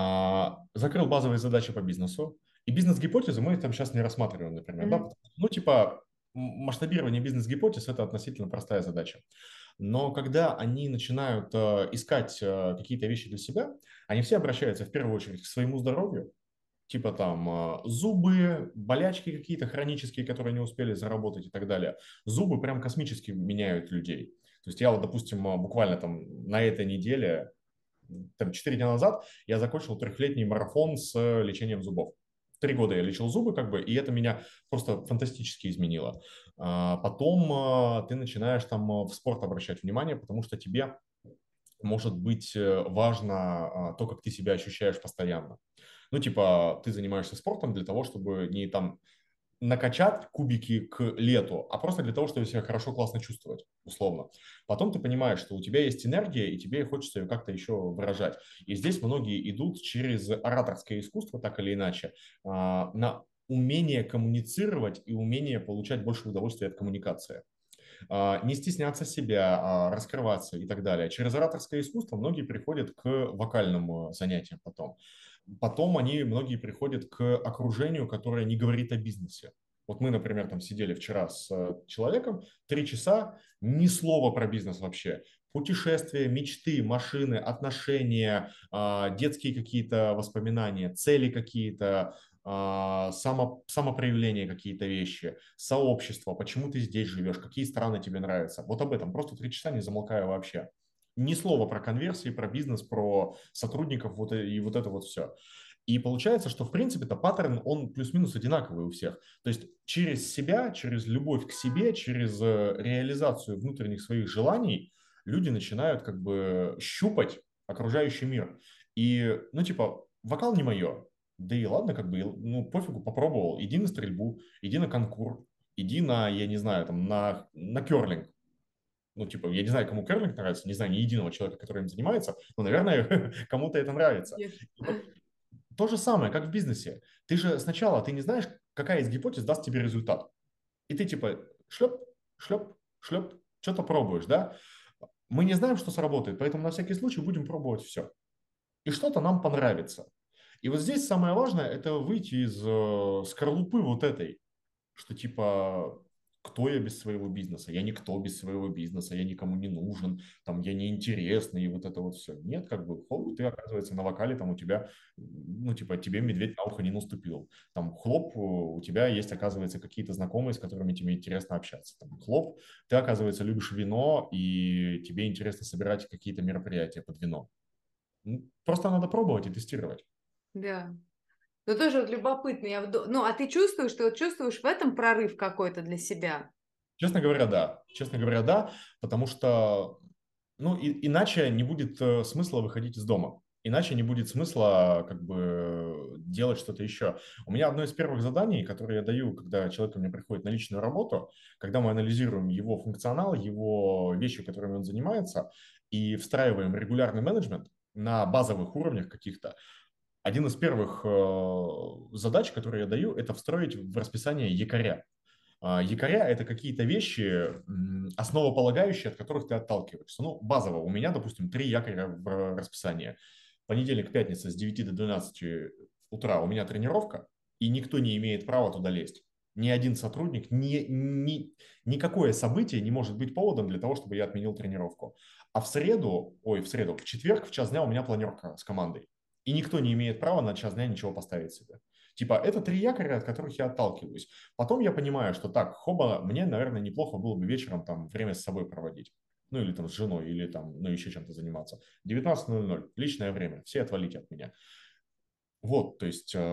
А, закрыл базовые задачи по бизнесу, и бизнес-гипотезы мы там сейчас не рассматриваем, например, да, м. потому что, ну, типа, м- масштабирование бизнес-гипотез – это относительно простая задача. Но когда они начинают э, искать э, какие-то вещи для себя, они все обращаются в первую очередь к своему здоровью, типа там э, зубы, болячки какие-то хронические, которые не успели заработать и так далее. Зубы прям космически меняют людей. То есть я вот, допустим, э, буквально там на этой неделе, там четыре дня назад, я закончил трехлетний марафон с э, лечением зубов. Три года я лечил зубы, как бы, и это меня просто фантастически изменило. А потом а, ты начинаешь там а, в спорт обращать внимание, потому что тебе может быть э, важно а, то, как ты себя ощущаешь постоянно. Ну, типа, ты занимаешься спортом для того, чтобы не там накачать кубики к лету, а просто для того, чтобы себя хорошо, классно чувствовать, условно. Потом ты понимаешь, что у тебя есть энергия, и тебе хочется ее как-то еще выражать. И здесь многие идут через ораторское искусство, так или иначе, а, на умение коммуницировать и умение получать больше удовольствия от коммуникации. А, не стесняться себя, а, раскрываться и так далее. Через ораторское искусство многие приходят к вокальным э, занятиям потом. Потом они, многие приходят к окружению, которое не говорит о бизнесе. Вот мы, например, там сидели вчера с э, человеком, три часа, ни слова про бизнес вообще. Путешествия, мечты, машины, отношения, а, детские какие-то воспоминания, цели какие-то, а, само, самопроявление какие-то вещи, сообщество, почему ты здесь живешь, какие страны тебе нравятся. Вот об этом просто три часа не замолкая вообще. Ни слова про конверсии, про бизнес, про сотрудников вот и и вот это вот все. И получается, что в принципе-то паттерн, он плюс-минус одинаковый у всех. То есть через себя, через любовь к себе, через э, реализацию внутренних своих желаний люди начинают как бы щупать окружающий мир. И, ну, типа, вокал не мое. Да и ладно, как бы, ну, пофигу, попробовал. Иди на стрельбу, иди на конкур, иди на, я не знаю, там, на, на керлинг. Ну, типа, я не знаю, кому керлинг нравится, не знаю ни единого человека, который им занимается, но, наверное, кому-то это нравится. Нет. И вот то же самое, как в бизнесе. Ты же сначала, ты не знаешь, какая из гипотез даст тебе результат. И ты типа шлеп, шлеп, шлеп, что-то пробуешь, да? Мы не знаем, что сработает, поэтому на всякий случай будем пробовать все. И что-то нам понравится. И вот здесь самое важное – это выйти из э, скорлупы вот этой, что типа, кто я без своего бизнеса? Я никто без своего бизнеса, я никому не нужен, там, я неинтересный, и вот это вот все. Нет, как бы, хлоп, ты, оказывается, на вокале, там, у тебя, ну, типа, тебе медведь на ухо не наступил. Там, хлоп, у тебя есть, оказывается, какие-то знакомые, с которыми тебе интересно общаться. Там, хлоп, ты, оказывается, любишь вино, и тебе интересно собирать какие-то мероприятия под вино. Ну, просто надо пробовать и тестировать. Да. Но тоже вот любопытно. Я вот ду- Ну, а ты чувствуешь, ты вот чувствуешь в этом прорыв какой-то для себя? Честно говоря, да. Честно говоря, да, потому что, ну, и, иначе не будет э, смысла выходить из дома. Иначе не будет смысла как бы делать что-то еще. У меня одно из первых заданий, которое я даю, когда человек ко мне приходит на личную работу, когда мы анализируем его функционал, его вещи, которыми он занимается, и встраиваем регулярный менеджмент на базовых уровнях каких-то, один из первых э, задач, которые я даю, это встроить в расписание якоря. А, Якоря – это какие-то вещи, м, основополагающие, от которых ты отталкиваешься. Ну, базово. У меня, допустим, три якоря в расписании. Понедельник, пятница с девяти до двенадцати утра у меня тренировка, и никто не имеет права туда лезть. Ни один сотрудник, ни, ни, никакое событие не может быть поводом для того, чтобы я отменил тренировку. А в среду, ой, в среду, в четверг в час дня у меня планерка с командой. И никто не имеет права на час дня ничего поставить себе. Типа, это три якоря, от которых я отталкиваюсь. Потом я понимаю, что так, хоба, мне, наверное, неплохо было бы вечером там время с собой проводить. Ну, или там с женой, или там, ну, еще чем-то заниматься. девятнадцать ноль ноль, личное время, все отвалите от меня. Вот, то есть э,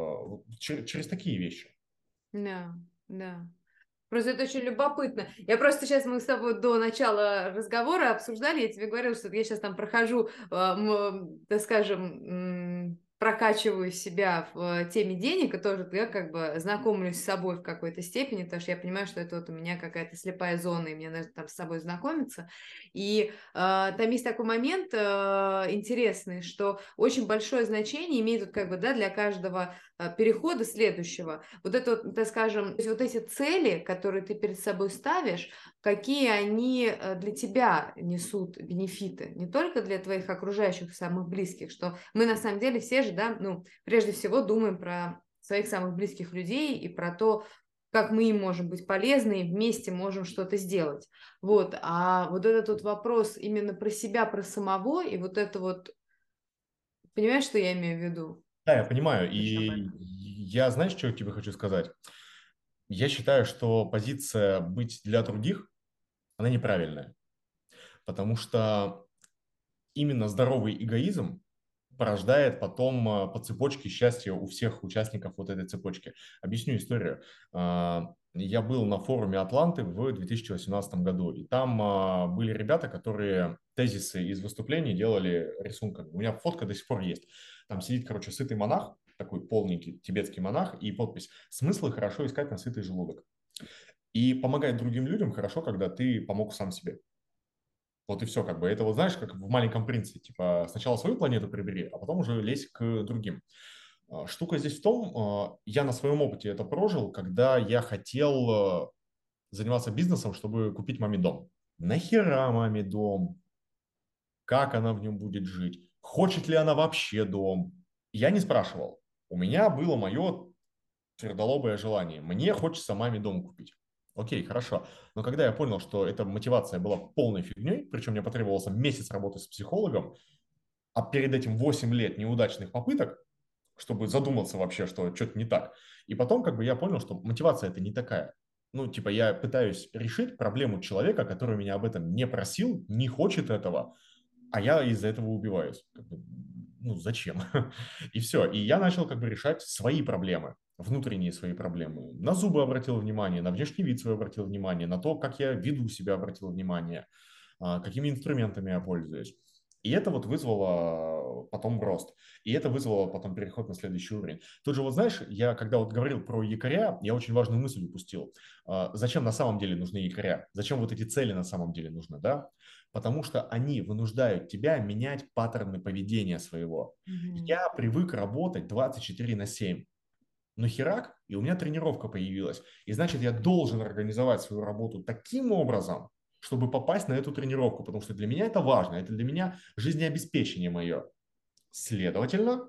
чер- через такие вещи. Да, да. Просто это очень любопытно. Я просто сейчас мы с тобой до начала разговора обсуждали, я тебе говорила, что я сейчас там прохожу, э, м, так скажем, прокачиваю себя в теме денег, и тоже я как бы знакомлюсь с собой в какой-то степени, потому что я понимаю, что это вот у меня какая-то слепая зона, и мне нужно там с собой знакомиться. И э, там есть такой момент э, интересный, что очень большое значение имеет вот как бы, да, для каждого э, перехода следующего. Вот это вот, так скажем, то есть вот эти цели, которые ты перед собой ставишь, какие они э, для тебя несут бенефиты, не только для твоих окружающих, самых близких, что мы на самом деле все же, да, ну, прежде всего думаем про своих самых близких людей и про то, как мы им можем быть полезны и вместе можем что-то сделать. Вот, а вот этот вот вопрос именно про себя, про самого, и вот это вот, понимаешь, что я имею в виду? Да, я понимаю. Очень об И этом. я, знаешь, что я тебе хочу сказать? Я считаю, что позиция быть для других, она неправильная. Потому что именно здоровый эгоизм порождает потом э, по цепочке счастья у всех участников вот этой цепочки. Объясню историю. А, Я был на форуме Атланты в две тысячи восемнадцатом году, и там а, были ребята, которые тезисы из выступлений делали рисунками. У меня фотка до сих пор есть. Там сидит, короче, сытый монах, такой полненький тибетский монах, и подпись «Смыслы хорошо искать на сытый желудок». И помогать другим людям хорошо, когда ты помог сам себе. Вот и все, как бы. Это вот знаешь, как в «Маленьком принце». Типа сначала свою планету прибери, а потом уже лезь к другим. А, Штука здесь в том, а, я на своем опыте это прожил, когда я хотел а, заниматься бизнесом, чтобы купить маме дом. Нахера маме дом? Как она в нем будет жить? Хочет ли она вообще дом? Я не спрашивал. У меня было мое твердолобое желание. Мне хочется маме дом купить. Окей, хорошо. Но когда я понял, что эта мотивация была полной фигней, причем мне потребовался месяц работы с психологом, а перед этим восемь лет неудачных попыток, чтобы задуматься вообще, что что-то не так. И потом как бы я понял, что мотивация это не такая. Ну, типа я пытаюсь решить проблему человека, который меня об этом не просил, не хочет этого, а я из-за этого убиваюсь. Как бы, ну, зачем? И все. И я начал как бы решать свои проблемы, внутренние свои проблемы. На зубы обратил внимание, на внешний вид свой обратил внимание, на то, как я веду себя обратил внимание, а, какими инструментами я пользуюсь. И это вот вызвало потом рост. И это вызвало потом переход на следующий уровень. Тут же вот знаешь, я когда вот говорил про якоря, я очень важную мысль упустил. А, Зачем на самом деле нужны якоря? Зачем вот эти цели на самом деле нужны, да? Потому что они вынуждают тебя менять паттерны поведения своего. Мгм. Я привык работать двадцать четыре на семь. Но херак, и у меня тренировка появилась. И значит, я должен организовать свою работу таким образом, чтобы попасть на эту тренировку, потому что для меня это важно, это для меня жизнеобеспечение мое. Следовательно,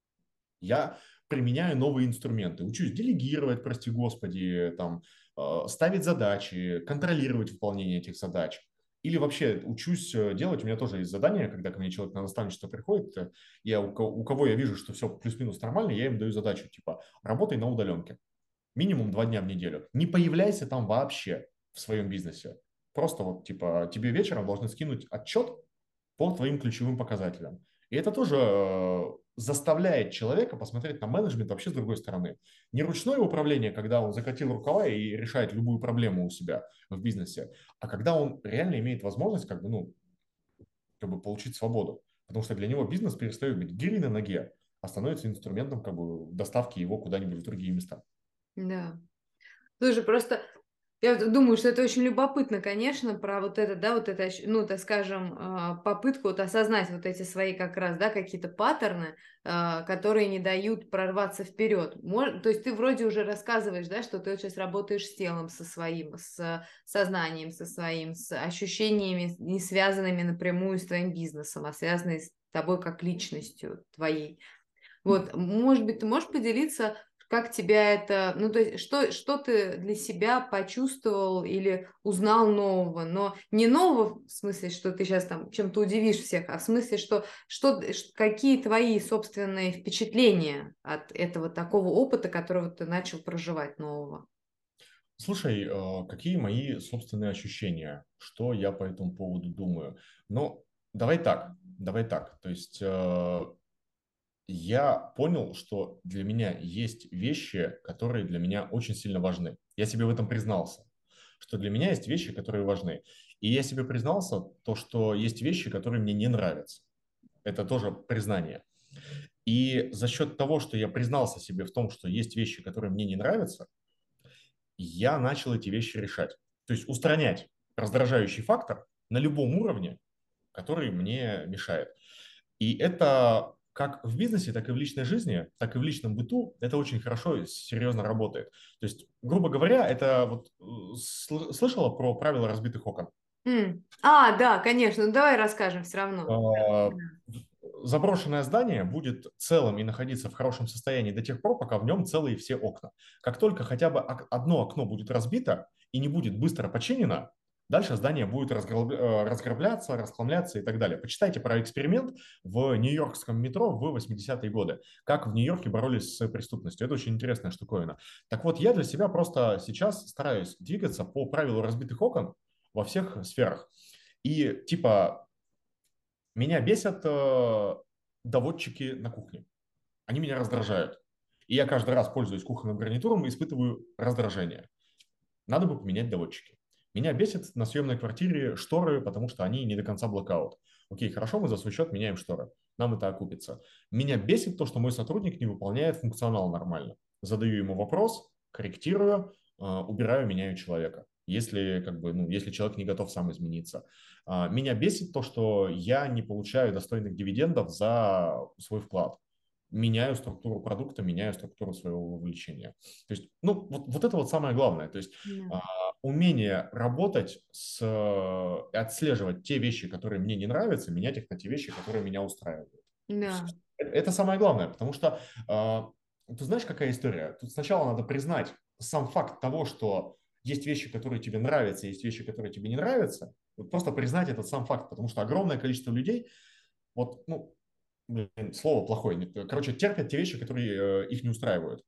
я применяю новые инструменты, учусь делегировать, прости господи, там, э, ставить задачи, контролировать выполнение этих задач. Или вообще учусь э, делать, у меня тоже есть задание, когда ко мне человек на наставничество приходит, э, я, у, ко- у кого я вижу, что все плюс-минус нормально, я им даю задачу, типа, работай на удаленке, минимум два дня в неделю. Не появляйся там вообще в своем бизнесе. Просто вот, типа, тебе вечером должны скинуть отчет по твоим ключевым показателям. И это тоже э, заставляет человека посмотреть на менеджмент вообще с другой стороны. Не ручное управление, когда он закатил рукава и решает любую проблему у себя в бизнесе, а когда он реально имеет возможность как бы, ну, как бы получить свободу. Потому что для него бизнес перестает быть гирей на ноге, а становится инструментом как бы доставки его куда-нибудь в другие места. Да. Слушай, просто я вот думаю, что это очень любопытно, конечно, про вот это, да, вот это, ощ- ну, так скажем, а, попытку вот осознать вот эти свои как раз, да, какие-то паттерны, а, которые не дают прорваться вперед. Мож- То есть ты вроде уже рассказываешь, да, что ты вот сейчас работаешь с телом, со своим, с сознанием, со своим, с ощущениями, не связанными напрямую с твоим бизнесом, а связанными с тобой как личностью твоей. Вот, может быть, ты можешь поделиться, как тебя это, ну, то есть, что, что ты для себя почувствовал или узнал нового, но не нового в смысле, что ты сейчас там чем-то удивишь всех, а в смысле, что, что, ш- какие твои собственные впечатления от этого такого опыта, которого ты начал проживать нового? Слушай, э, какие мои собственные ощущения? Что я по этому поводу думаю? Ну, давай так, давай так. То есть э, я понял, что для меня есть вещи, которые для меня очень сильно важны. Я себе в этом признался, что для меня есть вещи, которые важны. И я себе признался то, что есть вещи, которые мне не нравятся. Это тоже признание. И за счет того, что я признался себе в том, что есть вещи, которые мне не нравятся, я начал эти вещи решать. То есть устранять раздражающий фактор на любом уровне, который мне мешает. И это как в бизнесе, так и в личной жизни, так и в личном быту, это очень хорошо и серьезно работает. То есть, грубо говоря, это вот э, сл- слышала про правила разбитых окон? М. А, да, конечно. Ну, давай расскажем все равно. А, Да. Заброшенное здание будет целым и находиться в хорошем состоянии до тех пор, пока в нем целые все окна. Как только хотя бы ок- одно окно будет разбито и не будет быстро починено, дальше здание будет разграб- э, разграбляться, расхламляться и так далее. Почитайте про эксперимент в нью-йоркском метро в восьмидесятые годы, как в Нью-Йорке боролись с преступностью. Это очень интересная штуковина. Так вот, я для себя просто сейчас стараюсь двигаться по правилу разбитых окон во всех сферах. И типа меня бесят э, доводчики на кухне. Они меня раздражают. И я каждый раз, пользуясь кухонным гарнитуром, испытываю раздражение. Надо бы поменять доводчики. Меня бесит на съемной квартире шторы, потому что они не до конца блокаут. Окей, хорошо, мы за свой счет меняем шторы. Нам это окупится. Меня бесит то, что мой сотрудник не выполняет функционал нормально. Задаю ему вопрос, корректирую, э, убираю, меняю человека. Если, как бы, ну, если человек не готов сам измениться. А, Меня бесит то, что я не получаю достойных дивидендов за свой вклад. Меняю структуру продукта, меняю структуру своего вовлечения. То есть, ну, вот, вот это вот самое главное. То есть, Да. а, умение работать с, э, отслеживать те вещи, которые мне не нравятся, менять их на те вещи, которые меня устраивают. Всё. Да. Это самое главное, потому что а, ты знаешь, какая история? Тут сначала надо признать сам факт того, что есть вещи, которые тебе нравятся, есть вещи, которые тебе не нравятся. Вот просто признать этот сам факт, потому что огромное количество людей, вот, ну, блин, слово плохое, короче, терпят те вещи, которые э, их не устраивают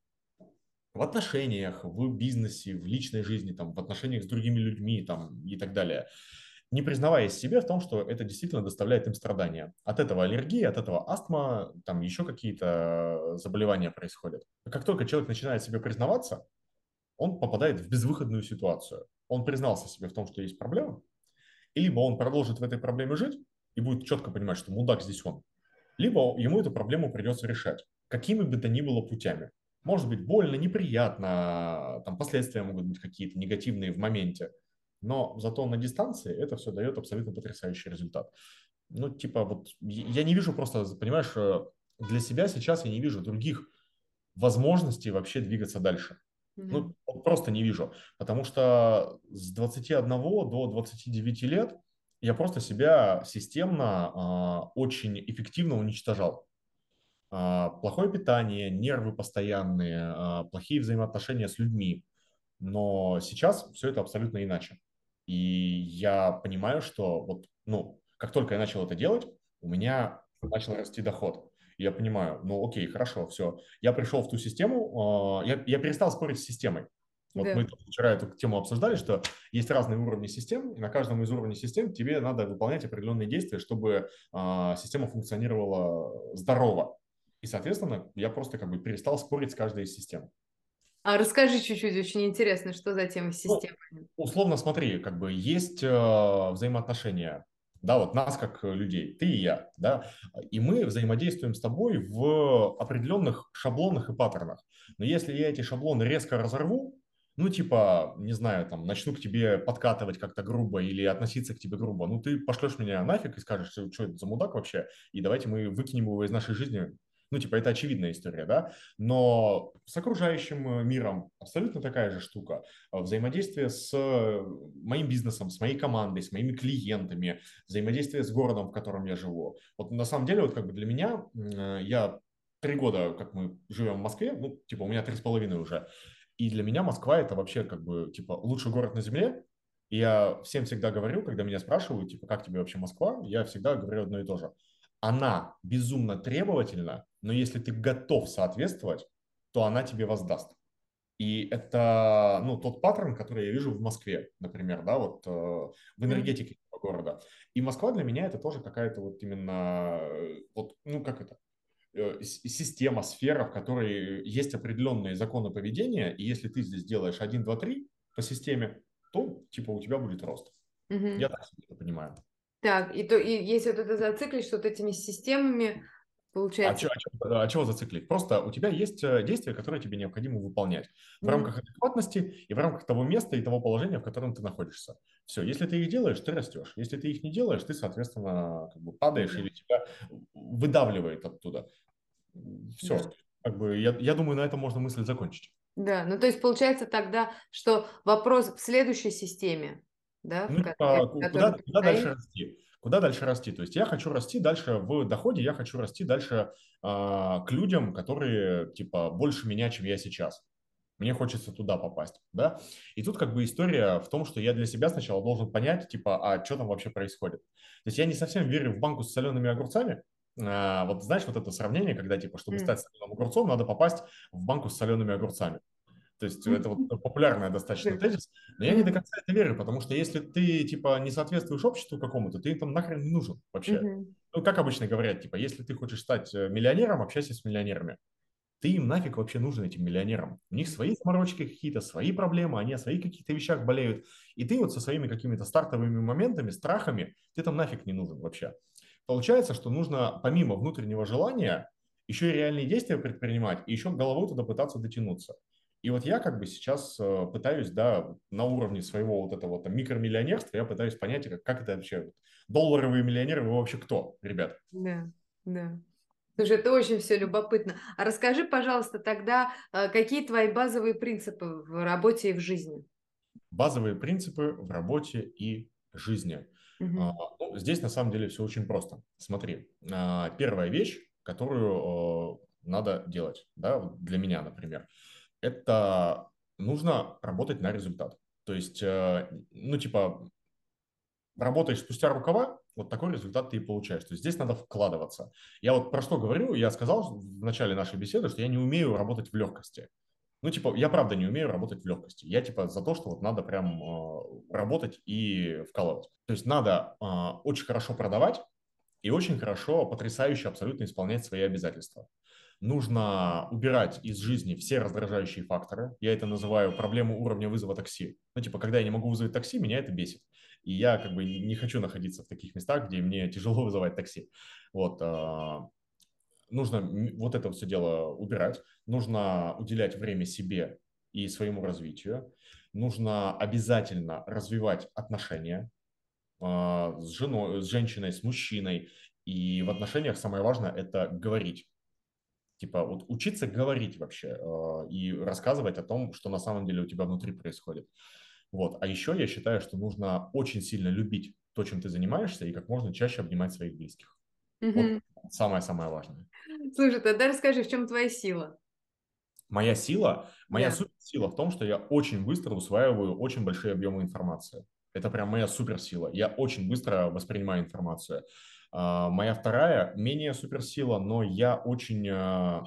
в отношениях, в бизнесе, в личной жизни, там, в отношениях с другими людьми там, и так далее, не признаваясь себе в том, что это действительно доставляет им страдания. От этого аллергия, от этого астма, там еще какие-то заболевания происходят. Как только человек начинает себе признаваться, он попадает в безвыходную ситуацию. Он признался себе в том, что есть проблема, и либо он продолжит в этой проблеме жить и будет четко понимать, что мудак здесь он, либо ему эту проблему придется решать, какими бы то ни было путями. Может быть больно, неприятно, там последствия могут быть какие-то негативные в моменте, но зато на дистанции это все дает абсолютно потрясающий результат. Ну, типа, вот я не вижу просто, понимаешь, э, для себя сейчас я не вижу других возможностей вообще двигаться дальше. Да. Ну, вот просто не вижу. Потому что с двадцати одного до двадцати девяти лет я просто себя системно, а, очень эффективно уничтожал. А, плохое питание, нервы постоянные, а, плохие взаимоотношения с людьми. Но сейчас все это абсолютно иначе. И я понимаю, что вот, ну, как только я начал это делать, у меня начал расти доход. И я понимаю, ну окей, хорошо, все. Я пришел в ту систему, а, я, я перестал спорить с системой. Вот мы Да. тут вчера эту тему обсуждали, что есть разные уровни систем, и на каждом из уровней систем тебе надо выполнять определенные действия, чтобы а, система функционировала здорово. И, соответственно, я просто как бы перестал спорить с каждой из систем. А расскажи чуть-чуть, очень интересно, что за тема с Ну, системами. условно смотри, как бы есть э, взаимоотношения, да, вот нас как э, людей, ты и я, да, и мы взаимодействуем с тобой в определенных шаблонах и паттернах. Но если я эти шаблоны резко разорву, ну, типа, не знаю, там, начну к тебе подкатывать как-то грубо или относиться к тебе грубо, ну, ты пошлешь меня нафиг и скажешь, что, что это за мудак вообще, и давайте мы выкинем его из нашей жизни. Ну, типа, это очевидная история, да, но с окружающим э, миром абсолютно такая же штука. А, взаимодействие с э, моим бизнесом, с моей командой, с моими клиентами, взаимодействие с городом, в котором я живу. Вот на самом деле, вот как бы для меня, э, я три года, как мы живем в Москве, ну, типа, у меня три с половиной уже, и для меня Москва это вообще как бы, типа, лучший город на земле. И я всем всегда говорю, когда меня спрашивают, типа, как тебе вообще Москва, я всегда говорю одно и то же. Она безумно требовательна, но если ты готов соответствовать, то она тебе воздаст. И это, ну, тот паттерн, который я вижу в Москве, например, да, вот э, в Мгм. энергетике этого города. И Москва для меня это тоже какая-то вот именно, э, вот, ну, как это, э, с- система, сфера, в которой есть определенные законы поведения, и если ты здесь делаешь один, два, три по системе, то, типа, у тебя будет рост. Я Мгм. так себе это понимаю. Так, и то, и если вот это зациклить, что вот этими системами А, получается. чё, а, чё, а чего зациклить? Просто у тебя есть э, действия, которые тебе необходимо выполнять в рамках адекватности и в рамках того места и того положения, в котором ты находишься. Все, если ты их делаешь, ты растешь. Если ты их не делаешь, ты, соответственно, как бы падаешь Мгм. или тебя выдавливает оттуда. Все, Да. как бы я, я думаю, на этом можно мысль закончить. Да, ну то есть получается тогда, что вопрос в следующей системе, да, в Ну, ко- э, типа, в ку- которой куда, ты куда дальше стоишь. расти? Куда дальше расти? То есть я хочу расти дальше в доходе, я хочу расти дальше а, к людям, которые, типа, больше меня, чем я сейчас. Мне хочется туда попасть, да? И тут как бы история в том, что я для себя сначала должен понять, типа, а что там вообще происходит? То есть я не совсем верю в банку с солеными огурцами. А, вот знаешь, вот это сравнение, когда, типа, чтобы М. стать соленым огурцом, надо попасть в банку с солеными огурцами. То есть это вот популярная достаточно тезис, но я не до Мгм. конца это верю, потому что если ты, типа, не соответствуешь обществу какому-то, ты им там нахрен не нужен вообще. Мгм. Ну, как обычно говорят, типа, если ты хочешь стать э, миллионером, общайся с миллионерами. Ты им нафиг вообще нужен, этим миллионерам. У них свои заморочки какие-то, свои проблемы, они о своих каких-то вещах болеют. И ты вот со своими какими-то стартовыми моментами, страхами, ты там нафиг не нужен вообще. Получается, что нужно помимо внутреннего желания еще и реальные действия предпринимать, и еще головой туда пытаться дотянуться. И вот я как бы сейчас э, пытаюсь, да, на уровне своего вот этого вот там микромиллионерства, я пытаюсь понять, как, как это вообще, долларовые миллионеры, вы вообще кто, ребят? Да, да. Слушай, это очень все любопытно. А расскажи, пожалуйста, тогда, э, какие твои базовые принципы в работе и в жизни? Базовые принципы в работе и жизни. А, Мгм. ну, здесь на самом деле все очень просто. Смотри, а, первая вещь, которую э, надо делать, да, вот для меня, например, это нужно работать на результат. То есть, э, ну, типа, работаешь спустя рукава, вот такой результат ты и получаешь. То есть здесь надо вкладываться. Я вот про что говорю, я сказал в начале нашей беседы, что я не умею работать в легкости. Ну, типа, я правда не умею работать в легкости. Я, типа, за то, что вот надо прям э, работать и вкалывать. То есть надо э, очень хорошо продавать и очень хорошо, потрясающе абсолютно исполнять свои обязательства. Нужно убирать из жизни все раздражающие факторы. Я это называю проблему уровня вызова такси. Ну, типа, когда я не могу вызвать такси, меня это бесит. И я как бы не хочу находиться в таких местах, где мне тяжело вызывать такси. Вот, э, нужно вот это все дело убирать, нужно уделять время себе и своему развитию, нужно обязательно развивать отношения а, с женой, с женщиной, с мужчиной, и в отношениях самое важное – это говорить. Типа вот учиться говорить вообще э, и рассказывать о том, что на самом деле у тебя внутри происходит. Вот. А еще я считаю, что нужно очень сильно любить то, чем ты занимаешься, и как можно чаще обнимать своих близких. Вот Мгм. самое-самое важное. Слушай, тогда расскажи, в чем твоя сила? Моя сила, моя Да. суперсила в том, что я очень быстро усваиваю очень большие объемы информации. Это прям моя суперсила. Я очень быстро воспринимаю информацию. А, Моя вторая, менее суперсила, но я очень а,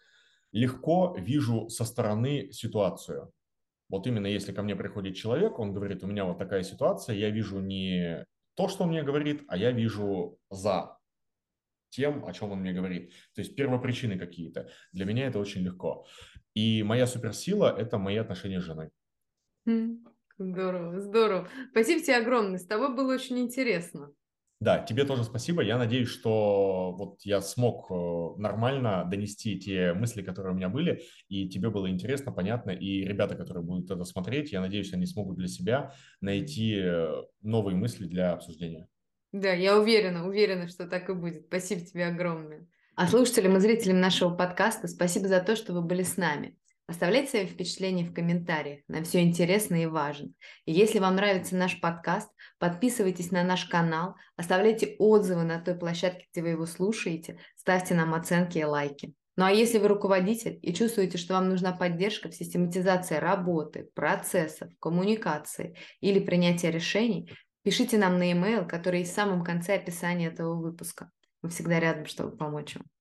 легко вижу со стороны ситуацию. Вот именно если ко мне приходит человек, он говорит, у меня вот такая ситуация, я вижу не то, что он мне говорит, а я вижу за тем, о чем он мне говорит. То есть первопричины какие-то. Для меня это очень легко. И моя суперсила – это мои отношения с женой. М. Здорово, здорово. Спасибо тебе огромное. С тобой было очень интересно. Да, тебе тоже спасибо. Я надеюсь, что вот я смог э, нормально донести те мысли, которые у меня были, и тебе было интересно, понятно, и ребята, которые будут это смотреть, я надеюсь, они смогут для себя найти э, новые мысли для обсуждения. Да, я уверена, уверена, что так и будет. Спасибо тебе огромное. А слушателям и зрителям нашего подкаста спасибо за то, что вы были с нами. Оставляйте свои впечатления в комментариях. Нам все интересно и важно. И если вам нравится наш подкаст, подписывайтесь на наш канал, оставляйте отзывы на той площадке, где вы его слушаете, ставьте нам оценки и лайки. Ну а если вы руководитель и чувствуете, что вам нужна поддержка в систематизации работы, процессов, коммуникации или принятия решений, пишите нам на e-mail, который есть в самом конце описания этого выпуска. Мы всегда рядом, чтобы помочь вам.